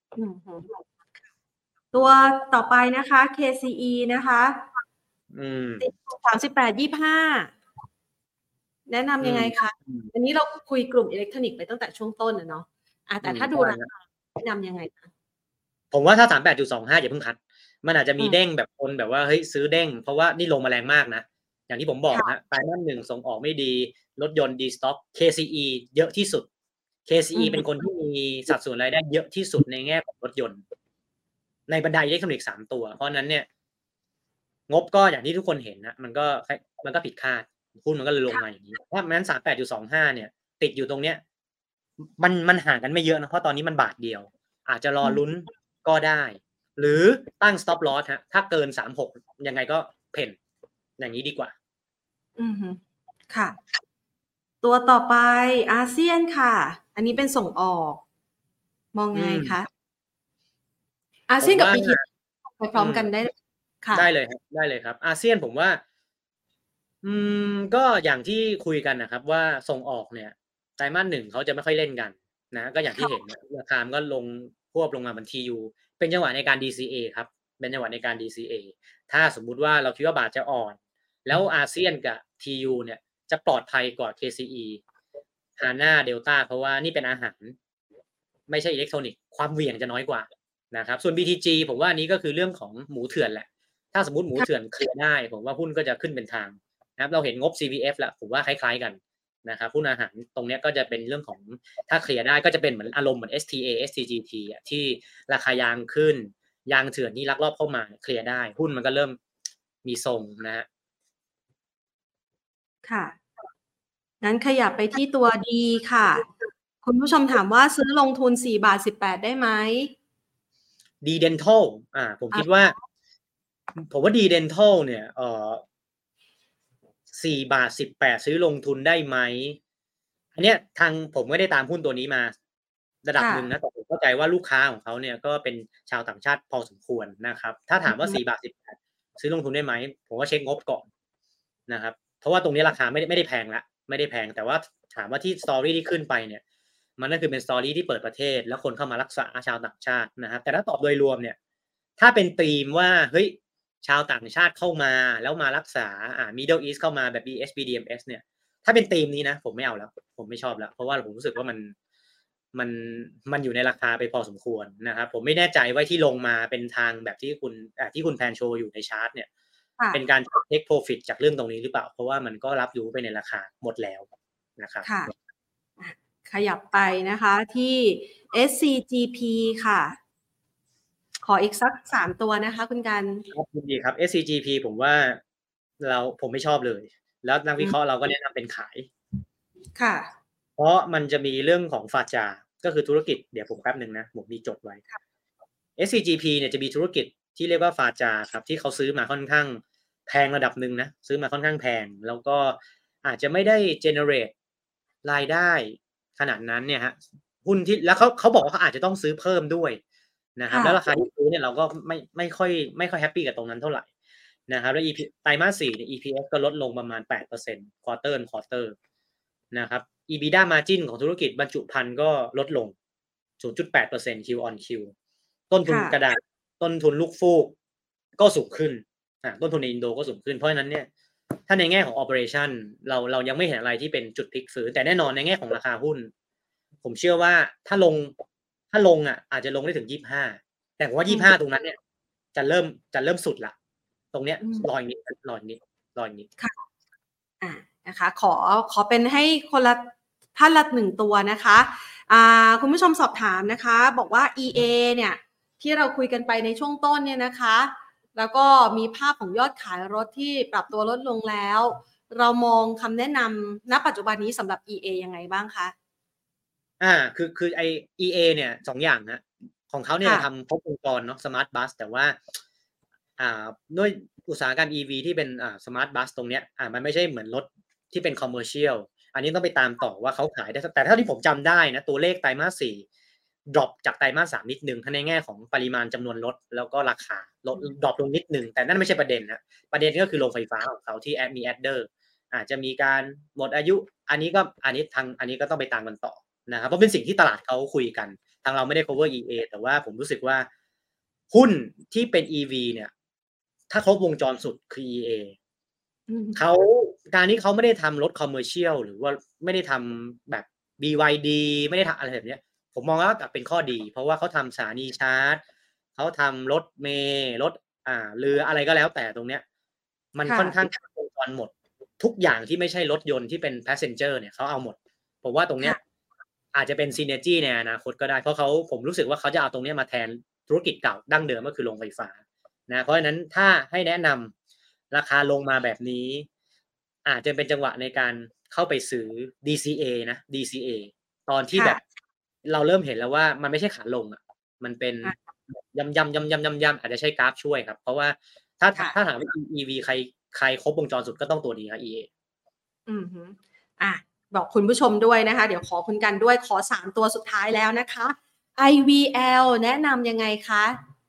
A: ตัวต่อไปนะคะ เค ซี อี นะคะ
B: อืม
A: สามสิบแปด ยี่สิบห้าแนะนำยังไงคะอันนี้เราคุยกลุ่มอิเล็กทรอนิกส์ไปตั้งแต่ช่วงต้นนะเนาะอ่ะแต่ถ้าดูราคาแนะนำยังไงคะ
B: ผมว่าถ้า สามสิบแปดจุดสองห้า อย่าเพิ่งคัดมันอาจจะมีเด้งแบบคนแบบว่าเฮ้ยซื้อเด้งเพราะว่านี่ลงมาแรงมากนะอย่างที่ผมบอกฮะไตรมาสหนึ่งส่งออกไม่ดีรถยนต์ดีสต็อก เค ซี อี เยอะที่สุด เค ซี อี เป็นคนที่มีสัดส่วนรายได้เยอะที่สุดในแง่ของรถยนต์ในบรรดาอิเล็กทรอนิกส์สามตัวเพราะนั้นเนี่ยงบก็อย่างที่ทุกคนเห็นนะมันก็มันก็ผิดคาดหุ้นมันก็เลยลงมาอย่างนี้ถ้ามัน สามสิบแปดจุดสองห้า เนี่ยติดอยู่ตรงเนี้ยมันมันห่างกันไม่เยอะนะเพราะตอนนี้มันบาทเดียวอาจจะรอลุ้นก็ได้หรือตั้ง stop loss ฮะถ้าเกินสามสิบหกยังไงก็เพ่นอย่างนี้ดีกว่า
A: อือฮึค่ะ ตัวต่อไปอาเซียนค่ะ อันนี้เป็นส่งออก มองยังไงคะ อาเซียนกับ บี ที ไปพร้อมกันได้ ค่ะ
B: ได้เลยครับ ได้เลยครับ อาเซียนผมว่า อืม ก็อย่างที่คุยกันน่ะครับว่า ส่งออกเนี่ย ไตรมาส หนึ่ง เขาจะไม่ค่อยเล่นกันนะ ก็อย่างที่เห็นเนี่ย ราคามันก็ลงพรวบลงมาเหมือน ที ยู เป็นจังหวะในการ ดี ซี เอ ครับ เป็นจังหวะในการ ดี ซี เอ ถ้าสมมุติว่าเราคิดว่าบาทจะอ่อน แล้วอาเซียนกับ ที ยู เนี่ยจะปลอดภัยกว่า เค ซี อี HANA Delta เพราะว่านี่เป็นอาหาร ไม่ใช่อิเล็กทรอนิกส์ ความเหวี่ยงจะน้อยกว่านะครับ ส่วน บี ที จี ผมว่าอันนี้ก็คือเรื่องของหมูเถื่อนแหละ ถ้าสมมุติหมูเถื่อนเคลียร์ได้ ผมว่าหุ้นก็จะขึ้นเป็นทางนะครับ เราเห็นงบ ซี พี เอฟ แล้ว ผมว่าคล้าย ๆ กันนะครับ หุ้นอาหารตรงเนี้ยก็จะเป็นเรื่องของ ถ้าเคลียร์ได้ก็จะเป็นเหมือนอารมณ์เหมือน เอส ที เอ เอส ที จี ที อะ ที่ราคายางขึ้น ยางเถื่อนที่ลักลอบเข้ามาเคลียร์ได้ หุ้นมันก็เริ่ม มีทรงนะครับ
A: ค่ะ งั้นขยับไปที่ตัว D ค่ะ คุณผู้ชมถามว่าซื้อลงทุน สี่ บาท สิบแปด ได้ไหม?
B: D Dental อ่า ผมคิดว่า ผมว่า D Dental เนี่ย เอ่อ สี่ บาท สิบแปด ซื้อลงทุนได้ไหม อันเนี้ยทาง ผมไม่ได้ตามหุ้นตัวนี้มาระดับ
A: ค่
B: หนึ่ง
A: ะ
B: นะ แต่ผมเข้าใจว่าลูกค้าของเขาเนี่ยก็เป็นชาวต่างชาติพอสมควรนะครับ ถ้าถามว่า สี่ บาท สิบแปด ซื้อลงทุนได้ไหม ผมว่าเช็กงบก่อนนะครับ เพราะว่าตรงนี้ราคาไม่ได้ ไม่ได้แพงแล้ว ไม่ได้แพง แต่ว่าถามว่าที่ story ที่ขึ้นไปเนี่ย มันก็คือเป็น story ที่เปิดประเทศ แล้วคนเข้ามารักษาชาวต่างชาตินะครับ แต่ถ้าตอบโดยรวมเนี่ย ถ้าเป็นธีมว่า เฮ้ย ชาวต่างชาติเข้ามาแล้วมารักษา อ่า Middle East เข้ามาแบบ บี เอส บี ดี เอ็ม เอส เนี่ย ถ้าเป็นธีมนี้นะ ผมไม่เอาแล้ว ผมไม่ชอบแล้ว เพราะว่าผมรู้สึกว่ามัน มัน มันอยู่ในราคาไปพอสมควรนะครับ ผมไม่แน่ใจว่าที่ลงมาเป็นทางแบบที่คุณ อ่า ที่คุณแพนโชว์อยู่ในชาร์ตเนี่ย
A: ค่
B: เป็น
A: ะ
B: การ เทก โพรฟิต จากเรื่องตรงนี้หรือเปล่า เพราะว่ามันก็รับรู้ไปในราคาหมดแล้วนะครับ
A: ค่ะ อะ ขยับไปนะคะที่ เอส ซี จี พี ค่ะ ขออีกสัก สาม ตัวนะคะคุณกัน
B: ครับ ยินดีครับ เอส ซี จี พี ผมว่าเรา ผมไม่ชอบเลย แล้วนัก
A: อ
B: วิ
A: ื
B: เค
A: ม
B: ราะห์เราก็แนะนำเป็นขาย
A: ค่ะ
B: เพราะมันจะมีเรื่องของ Fajar ก็คือธุรกิจ เดี๋ยวผมแป๊บหนึ่งนะ ผมมีจดไว้
A: ค่ะ
B: เอส ซี จี พี เนี่ยจะมีธุรกิจที่เรียกว่า Fajar ครับ ที่เขาซื้อมาค่อนข้างแพงระดับหนึ่งนะ ซื้อมาค่อนข้างแพง แล้วก็อาจจะไม่ได้ generate รายได้ขนาดนั้นเนี่ยครับ หุ้นที่ แล้วเขา เขาบอกว่าเขาอาจจะต้องซื้อเพิ่มด้วยนะค
A: ค
B: รับ
A: ่
B: แล้วรา
A: ะ
B: คาที่ซื้อเนี่ยเราก็ไม่ ไม่ค่อย ไม่ค่อยแฮปปีกับตรงนั้นเท่าไรนะครับ แล้ว EP ไตรมาส สี่ เนี่ย อี พี เอส ก็ลดลงประมาณ แปดเปอร์เซ็นต์ quarter on quarter นะครับ EBITDA margin ของธุรกิจบรรจุภัณฑ์ก็ลดลง ศูนย์ จุด แปดเปอร์เซ็นต์ Q on Q ต้นทุ
A: ค
B: น่ก
A: ะ
B: ระดาษ ต้นทุนลูกฟูกก็สูงขึ้น อ่า ต้นทุนในอินโดก็สูงขึ้น เพราะฉะนั้นเนี่ย ถ้าในแง่ของ operation เรา เรายังไม่เห็นอะไรที่เป็นจุดพลิกฟื้น แต่แน่นอนในแง่ของราคาหุ้น ผมเชื่อว่าถ้าลง ถ้าลงอะอาจจะลงได้ถึง ยี่สิบห้า แต่ผมว่า
A: อ
B: ยืี่สิบห้า
A: ม
B: ตรงนั้นเนี่ย จะเริ่ม จะเริ่มสุดแล้ว ตรงเนี้ย
A: อืม
B: รออีกนิด รออีกนิด รออีกนิด
A: ค่ะ อา นะคะ ขอ ขอเป็นให้คนละ ท่านละ หนึ่ง ตัวนะคะ อ่า คุณผู้ชมสอบถามนะคะ บอกว่า อี เอ เนี่ย ที่เราคุยกันไปในช่วงต้นเนี่ยนะคะ แล้วก็มีภาพของยอดขายรถที่ปรับตัวลดลงแล้ว เรามองคำแนะนำ ณ ปัจจุบันนี้สำหรับ อี เอ ยังไงบ้างคะ?
B: อา คือ คือไอ้ อี เอ เนี่ย สอง อย่างนะ ของเขาเนี่
A: ค
B: ย่จะท
A: ะ
B: ำครบวงจรเนาะ สมาร์ตบัส แต่ว่า อ่า ด้วยอุตสาหกรรม อี วี ที่เป็น อ่า สมาร์ตบัสตรงเนี้ย อ่า มันไม่ใช่เหมือนรถที่เป็น commercial อันนี้ต้องไปตามต่อว่าเขาขายได้สัก แต่เท่าที่ผมจำได้นะ ตัวเลขไตรมาส สี่ ดร็อปจากไตรมาส สาม นิดหนึ่ง ถ้าในแง่ของปริมาณจำนวนรถ แล้วก็ราคา ลด
A: อืม
B: ดร็อปลงนิดหนึ่ง แต่นั่นไม่ใช่ประเด็นครับ ประเด็นก็คือโรงไฟฟ้าของเขาที่ add มี adder อาจจะมีการหมดอายุ อันนี้ก็ อันนี้ทาง อันนี้ก็ต้องไปตามกันต่อนะครับ เพราะเป็นสิ่งที่ตลาดเขาคุยกัน ทางเราไม่ได้ คัฟเวอร์ อี เอ แต่ว่าผมรู้สึกว่า หุ้นที่เป็น อี วี เนี่ย ถ้าครบวงจรสุดคือ อี เอ
A: อืม
B: เขา การที่เขาไม่ได้ทำรถ commercial หรือว่าไม่ได้ทำแบบ บี วาย ดี ไม่ได้ทำอะไรแบบเนี้ย ผมมองว่ากลับเป็นข้อดี เพราะว่าเขาทำสถานีชาร์จ เขาทำรถเมล์ รถ อ่า เรือ อะไรก็แล้วแต่ตรงเนี้ย มัน
A: ค่
B: ค่อน
A: ะ
B: ข้างครบวงจรหมด ทุกอย่างที่ไม่ใช่รถยนต์ที่เป็น Passenger เนี่ยเขาเอาหมด ผมว่าตรงเ
A: ค
B: นี้
A: ่
B: ย
A: ะ
B: อาจจะเป็น synergy ในอนาคตก็ได้ เพราะเขา ผมรู้สึกว่าเขาจะเอาตรงเนี้ยมาแทนธุรกิจเก่าดั้งเดิม ก็คือโรงไฟฟ้านะ เพราะฉะนั้นถ้าให้แนะนำราคาลงมาแบบนี้ อาจจะเป็นจังหวะในการเข้าไปซื้อ ดี ซี เอ นะ ดี ซี เอ ตอนที่
A: ค่
B: แบ
A: ะ
B: บเราเริ่มเห็นแล้วว่ามันไม่ใช่ขาลงอะ มันเป็น
A: ค่ะ
B: ย่ำ ๆ ๆ ๆ ๆ อาจจะใช้กราฟช่วยครับ เพราะว่าถ้า ถ
A: ค่
B: ถ้า
A: ะ
B: ถามว่า อี อี วี ใคร ใครครบวงจรสุดก็ต้องตัวนี้ครับ อี เอ
A: อือฮึอ่ะบอกคุณผู้ชมด้วยนะคะเดี๋ยวขอคุณกันด้วยขอสามตัวสุดท้ายแล้วนะคะ ไอ วี แอล แนะนำยังไงคะ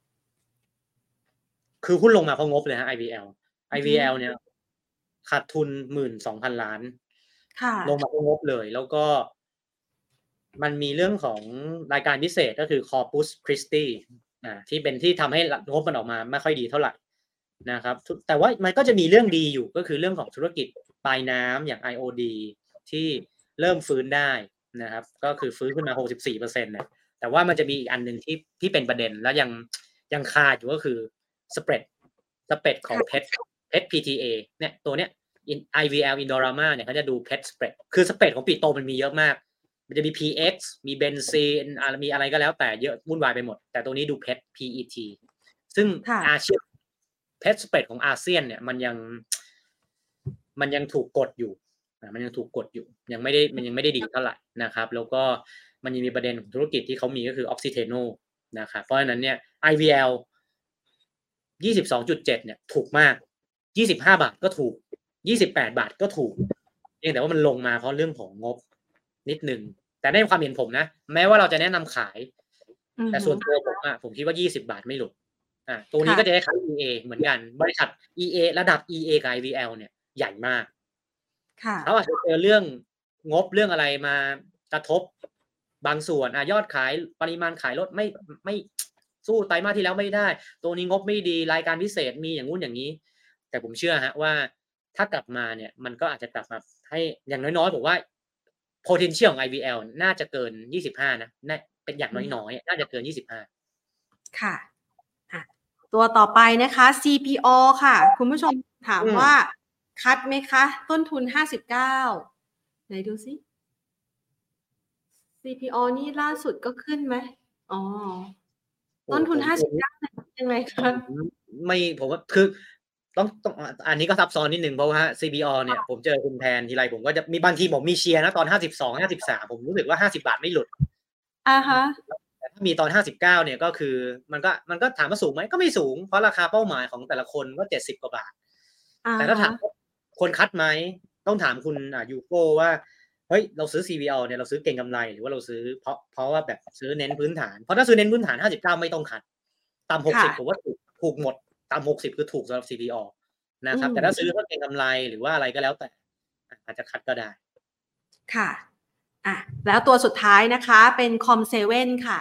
B: คือหุ้นลงมาเพราะงบเลยฮะ ไอ วี แอล
A: อือฮึ
B: ไอ วี แอล เนี่ยขาดทุน หนึ่งหมื่นสองพัน ล้าน
A: ค่ะ
B: ลงมาเพราะงบเลยแล้วก็มันมีเรื่องของรายการพิเศษก็คือ Corpus Christi อ่าที่เป็นที่ทำให้งบมันออกมาไม่ค่อยดีเท่าไหร่นะครับแต่ว่ามันก็จะมีเรื่องดีอยู่ก็คือเรื่องของธุรกิจปลายน้ำอย่าง ไอ โอ ดี ที่เริ่มฟื้นได้นะครับก็คือฟื้นขึ้นมา หกสิบสี่เปอร์เซ็นต์ เนี่ยแต่ว่ามันจะมีอีกอันหนึ่งที่ที่เป็นประเด็นแล้วยังยังคาอยู่ก็คือ spread spread ของ เพ อี ที เพ อี ที พี ที เอ เนี่ยตัวเนี้ย ไอ วี แอล Indorama เนี่ยเขาจะดู เพ อี ที spread คือ spread ของปิโตรมันมีเยอะมากมันจะมี พี เอ็กซ์ มีเบนซีนมีอะไรก็แล้วแต่เยอะวุ่นวายไปหมดแต่ตัวนี้ดู พี อี ที ซึ่งอาเซียน เพ อี ที spread ของอาเซียนเนี่ยมันยังมันยังถูกกดอยู่มันยังถูกกดอยู่ยังไม่ได้มันยังไม่ได้ดีเท่าไหร่นะครับแล้วก็มันยังมีประเด็นของธุรกิจที่เขามีก็คือ Oxiteno นะครับเพราะฉะนั้นเนี่ย ไอ วี แอล ยี่สิบสองจุดเจ็ด เนี่ยถูกมากยี่สิบห้าบาทก็ถูกยี่สิบแปดบาทก็ถูกเพียงแต่ว่ามันลงมาเพราะเรื่องของงบนิดนึงแต่ในความเห็นผมนะแม้ว่าเราจะแนะนำขายแต่ส่วนตัวผมอ่ะผมคิดว่ายี่สิบบาทไม่หลุดอ่าตัวนี้ก็จะคล้าย อี เอ เหมือนกันบริษัท อี เอ ระดับ อี เอ กับ ไอ วี แอล เนี่ยใหญ่มากเขาอาจจะเจอเรื่องงบเรื่องอะไรมากระทบบางส่วนอ่ะยอดขายปริมาณขายลดไม่ไม่สู้ไตรมาสที่แล้วไม่ได้ตัวนี้งบไม่ดีรายการพิเศษมีอย่างงู้นอย่างนี้แต่ผมเชื่อฮะว่าถ้ากลับมาเนี่ยมันก็อาจจะกลับมาให้อย่างน้อยๆผมว่า potential ของ ไอ วี แอล น่าจะเกินยี่สิบห้านะน่าเป็นอย่างน้อยๆน่าจะเกินยี่สิบห้าค่ะ
A: อ่ะตัวต่อไปนะคะ ซี พี โอ ค่ะคุณผู้ชมถามว่าคัดไหมคะต้นทุนห้าสิบเก้าไหนดูซิ ซี พี โอ นี่ล่าสุดก็ขึ้นไหมอ๋อต้นทุนห้าสิบเก้ายังไงคะ
B: ไม่ผมว่าคือต้องต้องอันนี้ก็ซับซ้อนนิดนึงเพราะว่า ซี พี โอ เนี่ยผมเจอคุณแทนทีไรผมก็จะมีบางทีผมมีเชียร์นะตอนห้าสิบสอง ห้าสิบสามผมรู้สึกว่าห้าสิบบาทไม่หลุด
A: อ่าฮะ
B: แต่ถ้ามีตอนห้าสิบเก้าเนี่ยก็คือมันก็มันก็ถามว่าสูงไหมก็ไม่สูงเพราะราคาเป้าหมายของแต่ละคนก็เจ็ดสิบกว่าบาทแต่ถ้าถามคนคัดไหมต้องถามคุณอ่ายูโก้ว่าเฮ้ยเราซื้อ ซี พี โอ เนี่ยเราซื้อเก็งกำไรหรือว่าเราซื้อเพราะเพราะว่าแบบซื้อเน้นพื้นฐานเพราะถ้าซื้อเน้นพื้นฐานห้าสิบเก้าไม่ต้องคัดต่ำหกสิบผมว่าถูกถูกหมดต่ำหกสิบคือถูกสำหรับ ซี พี โอ นะครับแต่ถ้าซื้อเพื่อเก็งกำไรหรือว่าอะไรก็แล้วแต่อาจจะคัดก็ได้
A: ค่ะอ่ะแล้วตัวสุดท้ายนะคะเป็นคอมเซเว่นค่ะ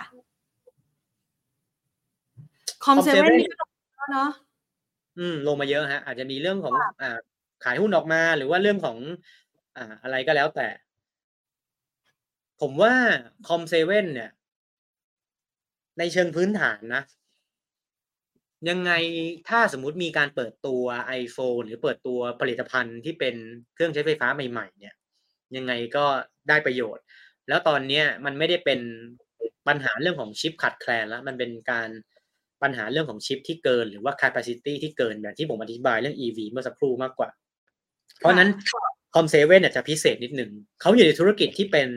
A: คอมเซเว่นนี่ก็ลงแล้วเนาะ
B: อืมลงมาเยอะฮะอาจจะมีเรื่องของอ่าขายหุ้นออกมาหรือว่าเรื่องของอ่าอะไรก็แล้วแต่ผมว่าคอมเซเว่นเนี่ยในเชิงพื้นฐานนะยังไงถ้าสมมุติมีการเปิดตัว iPhone หรือเปิดตัวผลิตภัณฑ์ที่เป็นเครื่องใช้ไฟฟ้าใหม่ๆเนี่ยยังไงก็ได้ประโยชน์แล้วตอนนี้มันไม่ได้เป็นปัญหาเรื่องของชิปขาดแคลนแล้วมันเป็นการปัญหาเรื่องของชิปที่เกินหรือว่า capacity ที่เกินแบบที่ผมอธิบายเรื่อง อี วี เมื่อสักครู่มากกว่าเพราะนั้นคอมเซเว่นเนี่ยจะพิเศษนิดหนึ่งเขาอยู่ในธุรกิจที่เป็น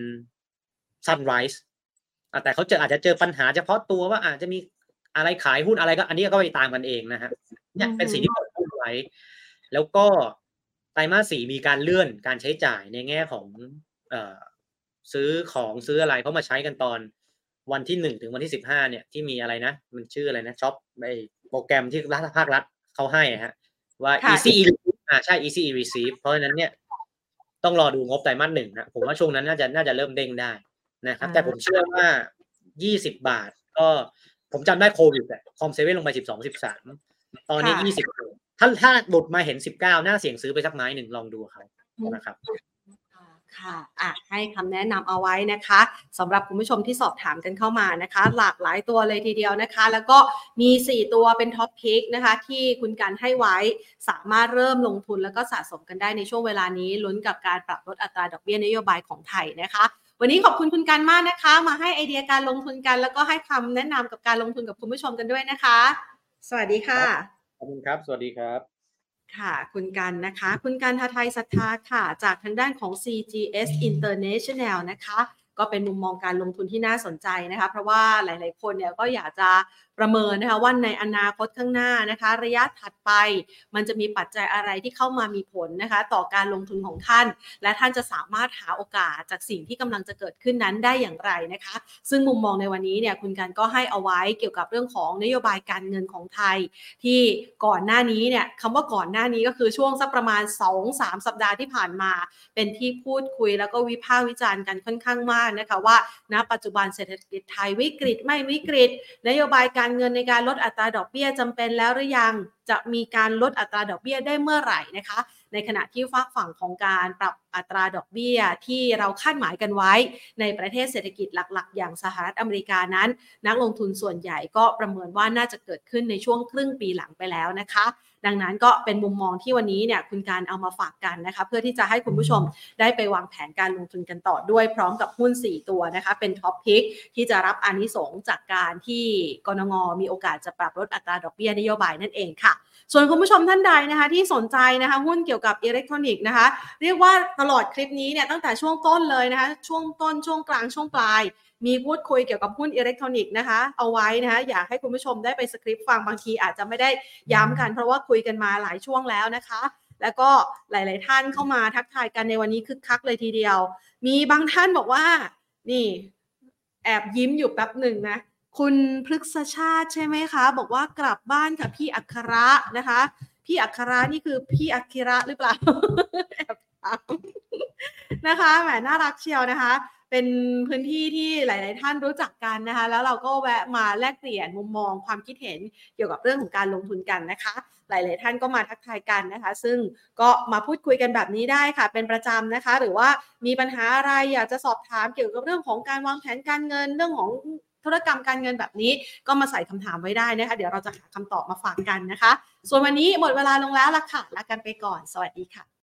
B: sunrise แต่เขาเจออาจจะเจอปัญหาเฉพาะตัวว่าอาจจะมีอะไรขายหุ้นอะไรก็อันนี้ก็ไปตามกันเองนะฮะเนี่ยเป็นสิ่งที่ผมพูดไว้แล้วก็ไตรมาสสี่มีการเลื่อนการใช้จ่ายในแง่ของเอ่อซื้อของซื้ออะไรเพราะมาใช้กันตอนวันที่หนึ่งถึงวันที่สิบห้าเนี่ยที่มีอะไรนะมันชื่ออะไรนะช็อปไอ้โปรแกรมที่รัฐภาครัฐเขาให้ฮะว่า อี ซี อี อ่าใช่ อี ซี อี receive เพราะฉะนั้นเนี่ยต้องรอดูงบไตรมาสหนึ่งนะผมว่าช่วงนั้นน่าจะน่าจะเริ่มเด้งได้นะครับแต่ผมเชื่อว่ายี่สิบบาทก็ผมจำได้โควิดอ่ะคอมเซเว่นลงไปสิบสอง สิบสามตอนนี้ยี่สิบถ้าถ้าหลุดมาเห็นสิบเก้าน่าเสี่ยงซื้อไปสักไม้หนึ่งลองดูเขานะครับ
A: ค่ะอ่ะให้คำแนะนำเอาไว้นะคะสำหรับคุณผู้ชมที่สอบถามกันเข้ามานะคะหลากหลายตัวเลยทีเดียวนะคะแล้วก็มีสี่ตัวเป็นท็อปพิกนะคะที่คุณการให้ไว้สามารถเริ่มลงทุนแล้วก็สะสมกันได้ในช่วงเวลานี้ลุ้นกับการปรับลดอัตราดอกเบี้ยนโยบายของไทยนะคะวันนี้ขอบคุณคุณการมากนะคะมาให้ไอเดียการลงทุนกันแล้วก็ให้คำแนะนำกับการลงทุนกับคุณผู้ชมกันด้วยนะคะสวัสดีค่ะ
B: ขอบคุณครับสวัสดีครับ
A: ค่ะคุณกันนะคะคุณกันทาไทยศรัทธาค่ะจากทางด้านของ ซี จี เอส International นะคะก็เป็นมุมมองการลงทุนที่น่าสนใจนะคะเพราะว่าหลายๆคนเนี่ยก็อยากจะประเมินนะคะว่าในอนาคตข้างหน้านะคะระยะถัดไปมันจะมีปัจจัยอะไรที่เข้ามามีผลนะคะต่อการลงทุนของท่านและท่านจะสามารถหาโอกาสจากสิ่งที่กำลังจะเกิดขึ้นนั้นได้อย่างไรนะคะซึ่งมุมมองในวันนี้เนี่ยคุณกันก็ให้เอาไว้เกี่ยวกับเรื่องของนโยบายการเงินของไทยที่ก่อนหน้านี้เนี่ยคำว่าก่อนหน้านี้ก็คือช่วงสักประมาณ สองถึงสาม สัปดาห์ที่ผ่านมาเป็นที่พูดคุยแล้วก็วิพากษ์วิจารณ์กันค่อนข้างมากนะคะว่าณปัจจุบันเศรษฐกิจไทยวิกฤตไม่วิกฤตนโยบายการเงินในการลดอัตราดอกเบี้ยจำเป็นแล้วหรือยังจะมีการลดอัตราดอกเบี้ยได้เมื่อไหร่นะคะในขณะที่ฝากฝั่งของการปรับอัตราดอกเบี้ยที่เราคาดหมายกันไว้ในประเทศเศรษฐกิจหลักๆอย่างสหรัฐอเมริกานั้นนักลงทุนส่วนใหญ่ก็ประเมินว่าน่าจะเกิดขึ้นในช่วงครึ่งปีหลังไปแล้วนะคะดังนั้นก็เป็นมุมมองที่วันนี้เนี่ยคุณการเอามาฝากกันนะคะเพื่อที่จะให้คุณผู้ชมได้ไปวางแผนการลงทุนกันต่อด้วยพร้อมกับหุ้นสี่ตัวนะคะเป็นท็อปพิกที่จะรับอานิสงส์จากการที่กนง.มีโอกาสจะปรับลดอัตราดอกเบี้ยนโยบายนั่นเองค่ะส่วนคุณผู้ชมท่านใดนะคะที่สนใจนะคะหุ้นเกี่ยวกับอิเล็กทรอนิกส์นะคะเรียกว่าตลอดคลิปนี้เนี่ยตั้งแต่ช่วงต้นเลยนะคะช่วงต้นช่วงกลางช่วงปลายมีพูดคุยเกี่ยวกับหุ้นอิเล็กทรอนิกส์นะคะเอาไว้นะคะอยากให้คุณผู้ชมได้ไปสคริปต์ฟังบางทีอาจจะไม่ได้ย้ำกันเพราะว่าคุยกันมาหลายช่วงแล้วนะคะแล้วก็หลายๆท่านเข้ามาทักทายกันในวันนี้คึกคักเลยทีเดียวมีบางท่านบอกว่านี่แอบยิ้มอยู่แป๊บหนึ่งนะคุณพฤกษชาติใช่ไหมคะบอกว่ากลับบ้านค่ะพี่อัคระนะคะพี่อัคระนี่คือพี่อัคระหรือเปล่า แอบถามนะคะแหมน่ารักเชียวนะคะเป็นพื้นที่ที่หลายๆท่านรู้จักกันนะคะแล้วเราก็แวะมาแลกเปลี่ยนมุมมองความคิดเห็นเกี่ยวกับเรื่องของการลงทุนกันนะคะหลายๆท่านก็มาทักทายกันนะคะซึ่งก็มาพูดคุยกันแบบนี้ได้ค่ะเป็นประจำนะคะหรือว่ามีปัญหาอะไรอยากจะสอบถามเกี่ยวกับเรื่องของการวางแผนการเงินเรื่องของธุรกรรมการเงินแบบนี้ก็มาใส่คำถามไว้ได้นะคะเดี๋ยวเราจะหาคำตอบมาฝากกันนะคะส่วนวันนี้หมดเวลาลงแล้วล่ะค่ะลากันไปก่อนสวัสดีค่ะ